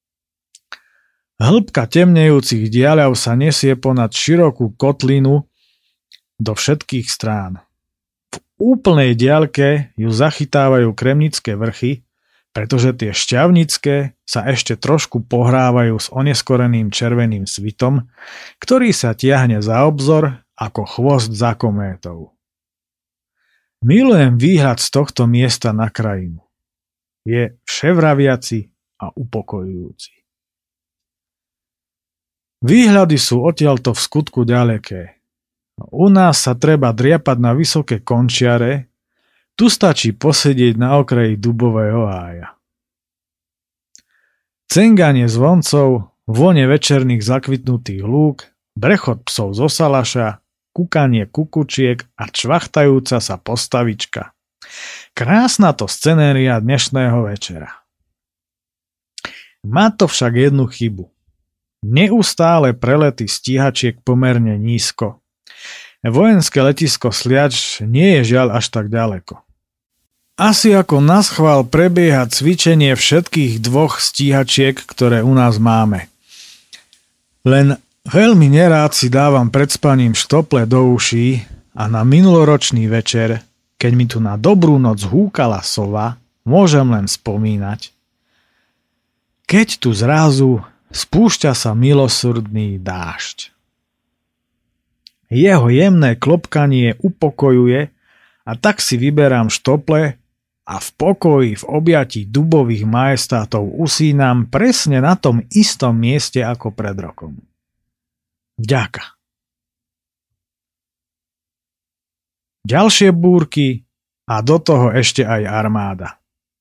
Hĺbka temnejúcich diaľav sa nesie ponad širokú kotlinu do všetkých strán. V úplnej diaľke ju zachytávajú Kremnické vrchy, pretože tie Šťavnické sa ešte trošku pohrávajú s oneskoreným červeným svitom, ktorý sa tiahne za obzor ako chvost za kométou. Milujem výhľad z tohto miesta na krajinu. Je vševraviaci a upokojujúci. Výhľady sú odtiaľto v skutku ďaleké. U nás sa treba driapať na vysoké končiare, tu stačí posedieť na okraji dubového hája. Cenganie zvoncov, vône večerných zakvitnutých lúk, brechod psov zo salaša, kukanie kukučiek a čvachtajúca sa postavička. Krásna to scenéria dnešného večera. Má to však jednu chybu. Neustále prelety stíhačiek pomerne nízko. Vojenské letisko Sliač nie je žiaľ až tak ďaleko. Asi ako naschvál prebieha cvičenie všetkých dvoch stíhačiek, ktoré u nás máme. Len veľmi nerád si dávam pred spaním štople do uší a na minuloročný večer, keď mi tu na dobrú noc húkala sova, môžem len spomínať. Keď tu zrazu spúšťa sa milosrdný dážď. Jeho jemné klopkanie upokojuje a tak si vyberám štople a v pokoji v objatí dubových majestátov usínam presne na tom istom mieste ako pred rokom. Vďaka. Ďalšie búrky a do toho ešte aj armáda.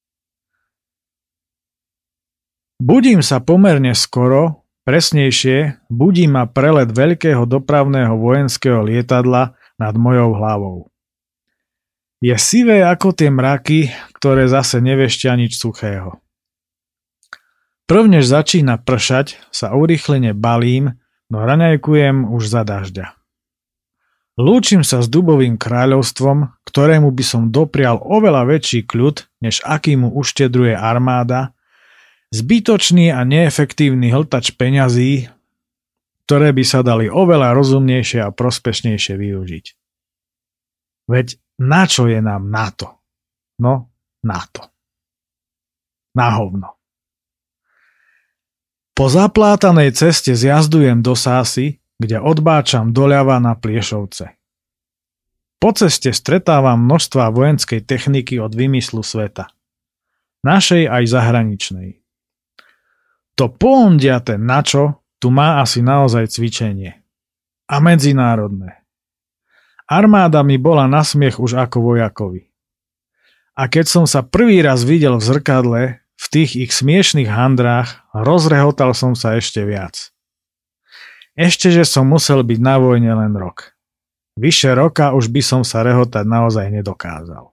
Budím sa pomerne skoro, presnejšie, budí ma prelet veľkého dopravného vojenského lietadla nad mojou hlavou. Je sivé ako tie mraky, ktoré zase neveštia nič suchého. Prvnež začína pršať, sa urýchlene balím, no raňajkujem už za dažďa. Lúčim sa s dubovým kráľovstvom, ktorému by som doprial oveľa väčší kľud, než aký mu uštedruje armáda, zbytočný a neefektívny hltač peňazí, ktoré by sa dali oveľa rozumnejšie a prospešnejšie využiť. Veď na čo je nám NATO? No, NATO. Na hovno. Po zaplátanej ceste zjazdujem do Sásy, kde odbáčam doľava na Pliešovce. Po ceste stretávam množstva vojenskej techniky od vymyslu sveta. Našej aj zahraničnej. To poondiate načo tu má asi naozaj cvičenie. A medzinárodné. Armáda mi bola na smiech už ako vojakovi. A keď som sa prvý raz videl v zrkadle, v tých ich smiešných handrách rozrehotal som sa ešte viac. Ešte, že som musel byť na vojne len rok. Vyše roka už by som sa rehotať naozaj nedokázal.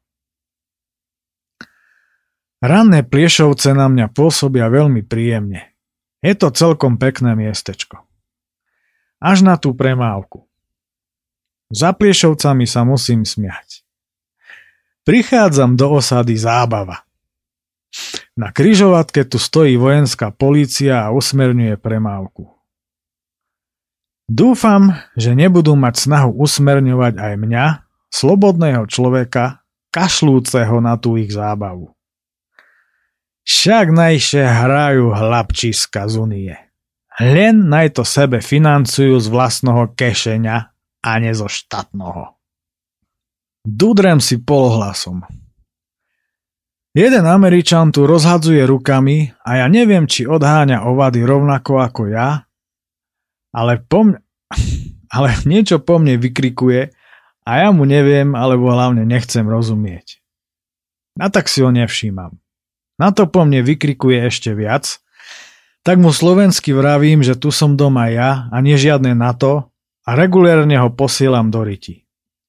Ranné Pliešovce na mňa pôsobia veľmi príjemne. Je to celkom pekné miestečko. Až na tú premávku. Za Pliešovcami sa musím smiať. Prichádzam do osady Zábava. Na križovatke tu stojí vojenská polícia a usmerňuje premávku. Dúfam, že nebudú mať snahu usmerňovať aj mňa, slobodného človeka, kašľúceho na tú ich zábavu. Však najšie hrajú hlapčiska z Unie. Len naj to sebe financujú z vlastného kešeňa a ne zo štátnoho. Dudrem si polohlasom. Jeden Američan tu rozhadzuje rukami a ja neviem, či odháňa ovady rovnako ako ja, ale, po mne, ale niečo po mne vykrikuje a ja mu neviem, alebo hlavne nechcem rozumieť. A tak si ho nevšímam. Na to po mne vykrikuje ešte viac, tak mu slovensky vravím, že tu som doma ja a nie žiadne NATO a regulérne ho posielam do riti.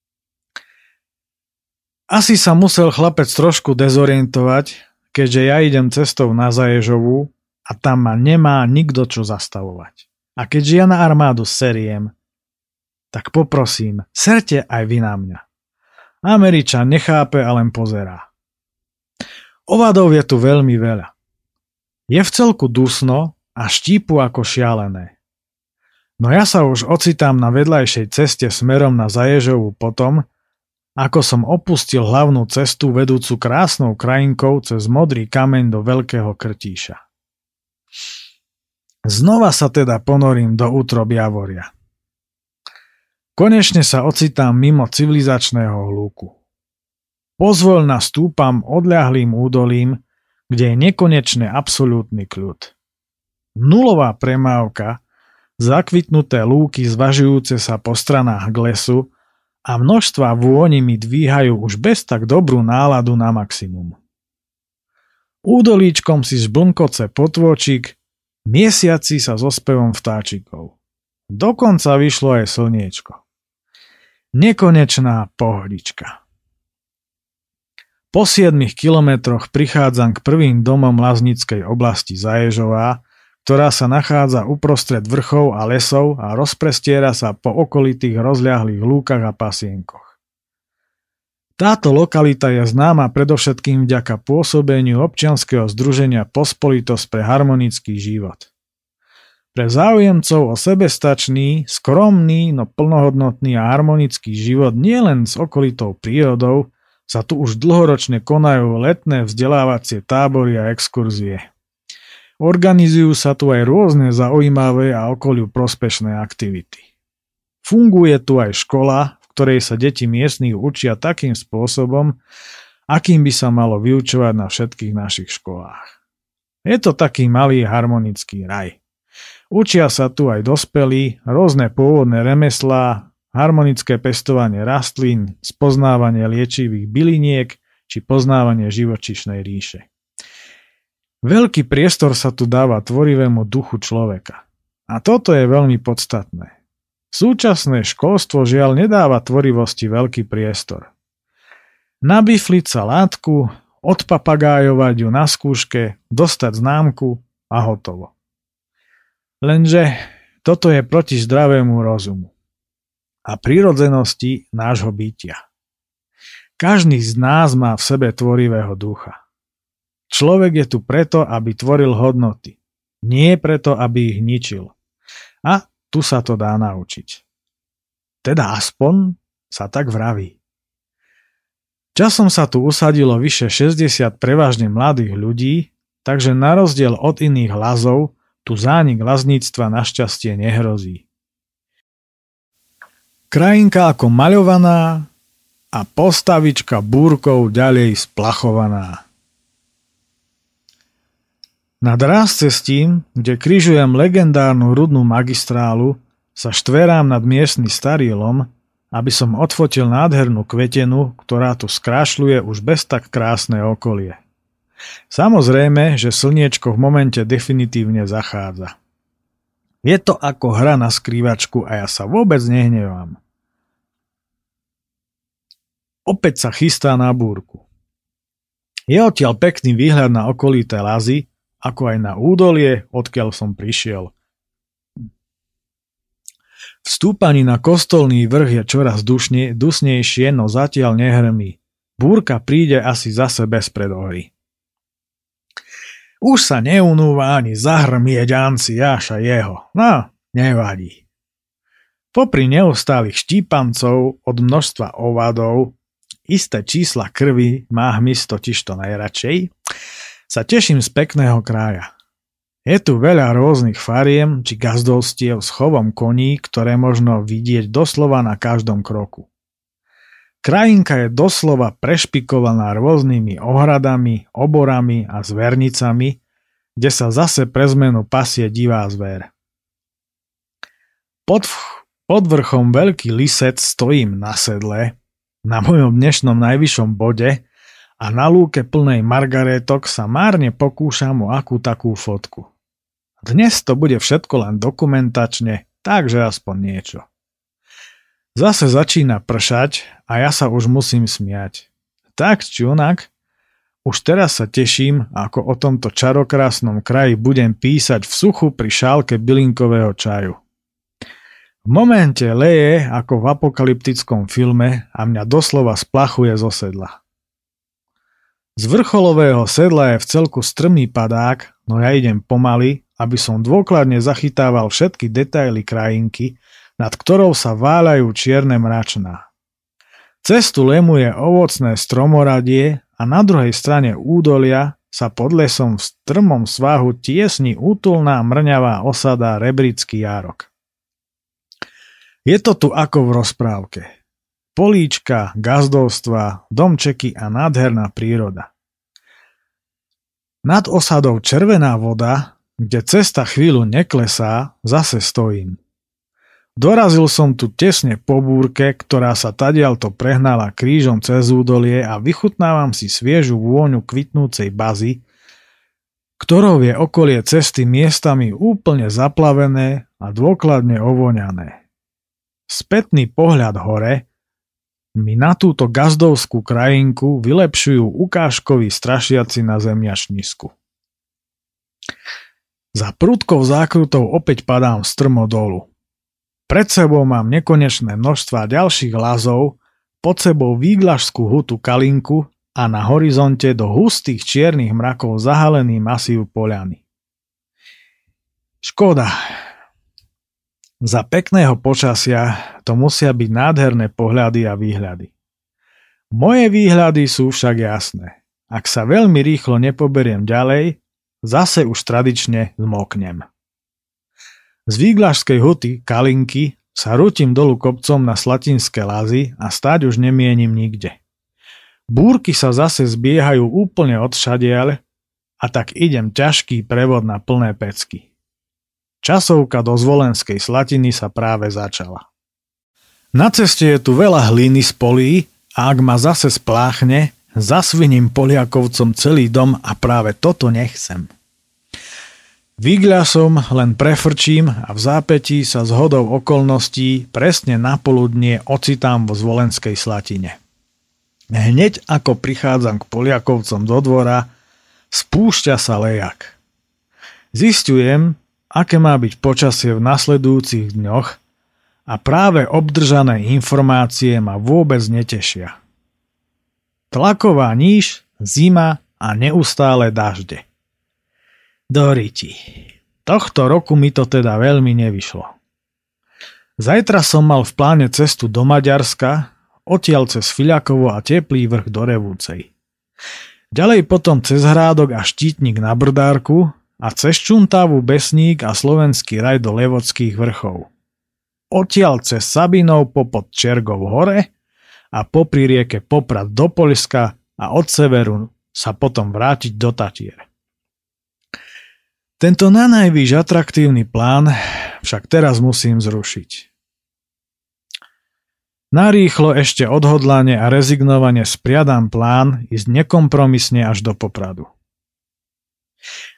Asi sa musel chlapec trošku dezorientovať, keďže ja idem cestou na Zaježovú a tam ma nemá nikto čo zastavovať. A keďže ja na armádu seriem, tak poprosím, serte aj vy na mňa. Američan nechápe a len pozerá. Ovadov je tu veľmi veľa. Je v celku dusno a štípu ako šialené. No ja sa už ocitám na vedľajšej ceste smerom na Zaježovu potom, ako som opustil hlavnú cestu vedúcu krásnou krajinkou cez modrý kameň do Veľkého Krtíša. Znova sa teda ponorím do útrob Javoria. Konečne sa ocitám mimo civilizačného hluku. Pozvoľna stúpam odľahlým údolím, kde je nekonečne absolútny kľud. Nulová premávka, zakvitnuté lúky zvažujúce sa po stranách k lesu a množstva vôni mi dvíhajú už bez tak dobrú náladu na maximum. Údolíčkom si žblnkoce potôčik, miesiaci sa so spevom vtáčikov. Dokonca vyšlo aj slniečko. Nekonečná pohodička. Po siedmich kilometroch prichádzam k prvým domom Laznickej oblasti Zaježová, ktorá sa nachádza uprostred vrchov a lesov a rozprestiera sa po okolitých rozľahlých lúkach a pasienkoch. Táto lokalita je známa predovšetkým vďaka pôsobeniu občianskeho združenia Pospolitosť pre harmonický život. Pre záujemcov o sebestačný, skromný, no plnohodnotný a harmonický život nielen s okolitou prírodou sa tu už dlhoročne konajú letné vzdelávacie tábory a exkurzie. Organizujú sa tu aj rôzne zaujímavé a okoliu prospešné aktivity. Funguje tu aj škola, v ktorej sa deti miestnych učia takým spôsobom, akým by sa malo vyučovať na všetkých našich školách. Je to taký malý harmonický raj. Učia sa tu aj dospelí, rôzne pôvodné remeslá, harmonické pestovanie rastlín, spoznávanie liečivých byliniek či poznávanie živočíšnej ríše. Veľký priestor sa tu dáva tvorivému duchu človeka. A toto je veľmi podstatné. Súčasné školstvo žiaľ nedáva tvorivosti veľký priestor. Nabifliť sa látku, odpapagájovať ju na skúške, dostať známku a hotovo. Lenže toto je proti zdravému rozumu a prirodzenosti nášho bytia. Každý z nás má v sebe tvorivého ducha. Človek je tu preto, aby tvoril hodnoty, nie preto, aby ich ničil. A tu sa to dá naučiť. Teda aspoň sa tak vraví. Časom sa tu usadilo vyše šesťdesiat prevažne mladých ľudí, takže na rozdiel od iných lazov tu zánik lazníctva našťastie nehrozí. Krajinka ako maľovaná a postavička búrkov ďalej splachovaná. Nad rázcestím, kde križujem legendárnu rudnú magistrálu, sa štverám nad miestny starý lom, aby som odfotil nádhernú kvetenu, ktorá tu skrášľuje už bez tak krásne okolie. Samozrejme, že slniečko v momente definitívne zachádza. Je to ako hra na skrývačku a ja sa vôbec nehnevám. Opäť sa chystá na búrku. Je odtiaľ pekný výhľad na okolité lazy, ako aj na údolie, odkiaľ som prišiel. V stúpaní na kostolný vrch je čoraz dušne, dusnejšie, no zatiaľ nehrmí. Búrka príde asi zase bez predohry. Už sa neunúva ani zahrmieť Anci Jáša jeho. No, nevadí. Popri neustálych štípancov od množstva ovadov, isté čísla krvi má hmyz totižto najradšej, sa teším z pekného kraja. Je tu veľa rôznych fariem či gazdovstiev s chovom koní, ktoré možno vidieť doslova na každom kroku. Krajinka je doslova prešpikovaná rôznymi ohradami, oborami a zvernicami, kde sa zase pre zmenu pasie divá zver. Pod, pod vrchom Veľký Lisec stojím na sedle, na mojom dnešnom najvyššom bode a na lúke plnej margarétok sa márne pokúšam o akú takú fotku. Dnes to bude všetko len dokumentačne, takže aspoň niečo. Zase začína pršať a ja sa už musím smiať. Tak či onak, už teraz sa teším, ako o tomto čarokrásnom kraji budem písať v suchu pri šálke bylinkového čaju. V momente leje ako v apokalyptickom filme a mňa doslova splachuje zo sedla. Z vrcholového sedla je v celku strmý padák, no ja idem pomaly, aby som dôkladne zachytával všetky detaily krajinky, nad ktorou sa váľajú čierne mračná. Cestu lemuje ovocné stromoradie a na druhej strane údolia sa pod lesom v strmom svahu tiesni útulná mrňavá osada Rebrický járok. Je to tu ako v rozprávke. Políčka, gazdovstva, domčeky a nádherná príroda. Nad osadou Červená voda, kde cesta chvíľu neklesá, zase stojím. Dorazil som tu tesne po búrke, ktorá sa tadiaľto prehnala krížom cez údolie a vychutnávam si sviežu vôňu kvitnúcej bazy, ktorou je okolie cesty miestami úplne zaplavené a dôkladne ovoňané. Spätný pohľad hore mi na túto gazdovskú krajinku vylepšujú ukážkoví strašiaci na zemiačnisku. Za prudkou zákrutou opäť padám strmo dolu. Pred sebou mám nekonečné množstva ďalších lazov, pod sebou výglašskú hutu Kalinku a na horizonte do hustých čiernych mrakov zahalený masív poľany. Škoda. Za pekného počasia to musia byť nádherné pohľady a výhľady. Moje výhľady sú však jasné. Ak sa veľmi rýchlo nepoberiem ďalej, zase už tradične zmoknem. Z výglašskej huty Kalinky sa rútim dolu kopcom na Slatinské lazy a stáť už nemienim nikde. Búrky sa zase zbiehajú úplne odšadiaľ a tak idem ťažký prevod na plné pecky. Časovka do Zvolenskej Slatiny sa práve začala. Na ceste je tu veľa hliny z polí a ak ma zase spláchne, zasviním Poliakovcom celý dom a práve toto nechcem. Výgľasom len prefrčím a v zápätí sa zhodou okolností presne na poludnie ocitám vo Zvolenskej Slatine. Hneď ako prichádzam k Poliakovcom do dvora, spúšťa sa lejak. Zistujem, aké má byť počasie v nasledujúcich dňoch a práve obdržané informácie ma vôbec netešia. Tlaková níž, zima a neustále dažde. Doriti. Tohto roku mi to teda veľmi nevyšlo. Zajtra som mal v pláne cestu do Maďarska, odtiaľ cez Filiakovo a Teplý vrch do Revúcej. Ďalej potom cez Hrádok a Štítnik na Brdárku a cez Čuntavu, Besník a Slovenský raj do Levodských vrchov. Odtiaľ cez Sabinov popod Čergov hore a popri rieke Poprad do Poľska a od severu sa potom vrátiť do Tatier. Tento nanajvýš atraktívny plán však teraz musím zrušiť. Narýchlo ešte odhodlane a rezignovane spriadam plán ísť nekompromisne až do Popradu.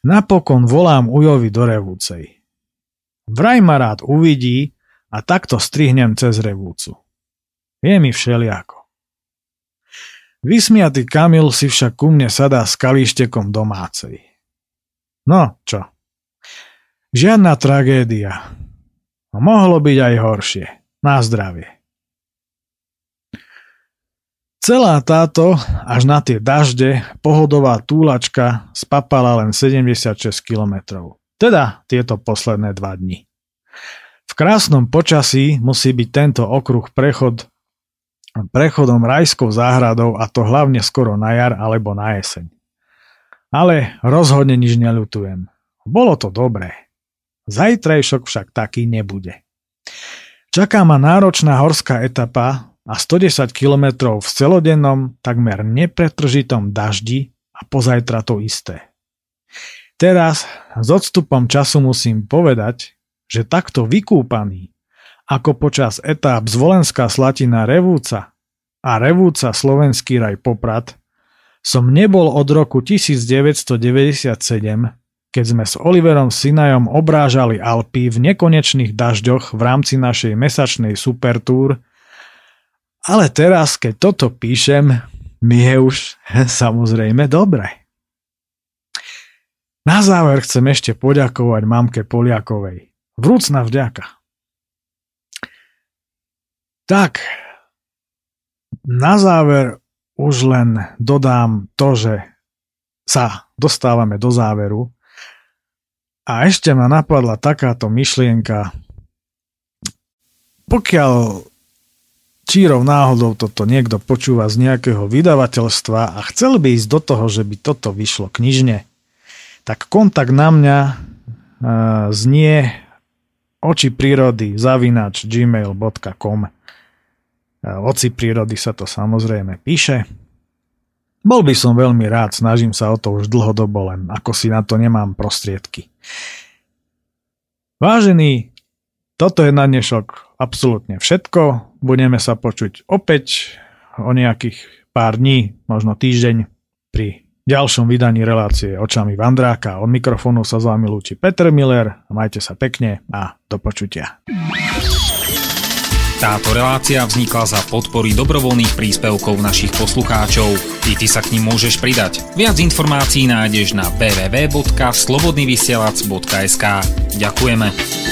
Napokon volám Ujovi do Revúcej. Vraj ma rád uvidí a takto strihnem cez Revúcu. Je mi všeliako. Vysmiatý Kamil si však ku mne sadá s kalíštekom domácej. No, čo? Žiadna tragédia. Mohlo byť aj horšie. Na zdravie. Celá táto, až na tie dažde, pohodová túlačka spapala len sedemdesiatšesť kilometrov. Teda tieto posledné dva dni. V krásnom počasí musí byť tento okruh prechod prechodom rajskou záhradou, a to hlavne skoro na jar alebo na jeseň. Ale rozhodne nič neľutujem. Bolo to dobré. Zajtrajšok však taký nebude. Čaká ma náročná horská etapa a stodesať kilometrov v celodennom, takmer nepretržitom daždi a pozajtra to isté. Teraz s odstupom času musím povedať, že takto vykúpaný, ako počas etáp Zvolenská Slatina Revúca a Revúca Slovenský raj Poprad, som nebol od roku devätnásťstodeväťdesiatsedem, keď sme s Oliverom Sinajom obrážali Alpy v nekonečných dažďoch v rámci našej mesačnej supertúr, ale teraz, keď toto píšem, mi je už samozrejme dobre. Na záver chcem ešte poďakovať mamke Poliakovej. Vrúcna vďaka. Tak, na záver už len dodám to, že sa dostávame do záveru a ešte ma napadla takáto myšlienka. Pokiaľ čírov náhodou toto niekto počúva z nejakého vydavateľstva a chcel by ísť do toho, že by toto vyšlo knižne, tak kontakt na mňa uh, znie oči prírody zavináč gmail bodka com. Oci prírody sa to samozrejme píše. Bol by som veľmi rád, snažím sa o to už dlhodobo, len ako si na to nemám prostriedky. Vážení, toto je na dnešok absolútne všetko. Budeme sa počuť opäť o nejakých pár dní, možno týždeň, pri ďalšom vydaní relácie Očami Vandráka. Od mikrofónu sa s vami lúči Peter Miller. Majte sa pekne a do počutia. Táto relácia vznikla za podpory dobrovoľných príspevkov našich poslucháčov. I ty sa k nim môžeš pridať. Viac informácií nájdeš na w w w bodka slobodnyvysielac bodka es ka. Ďakujeme.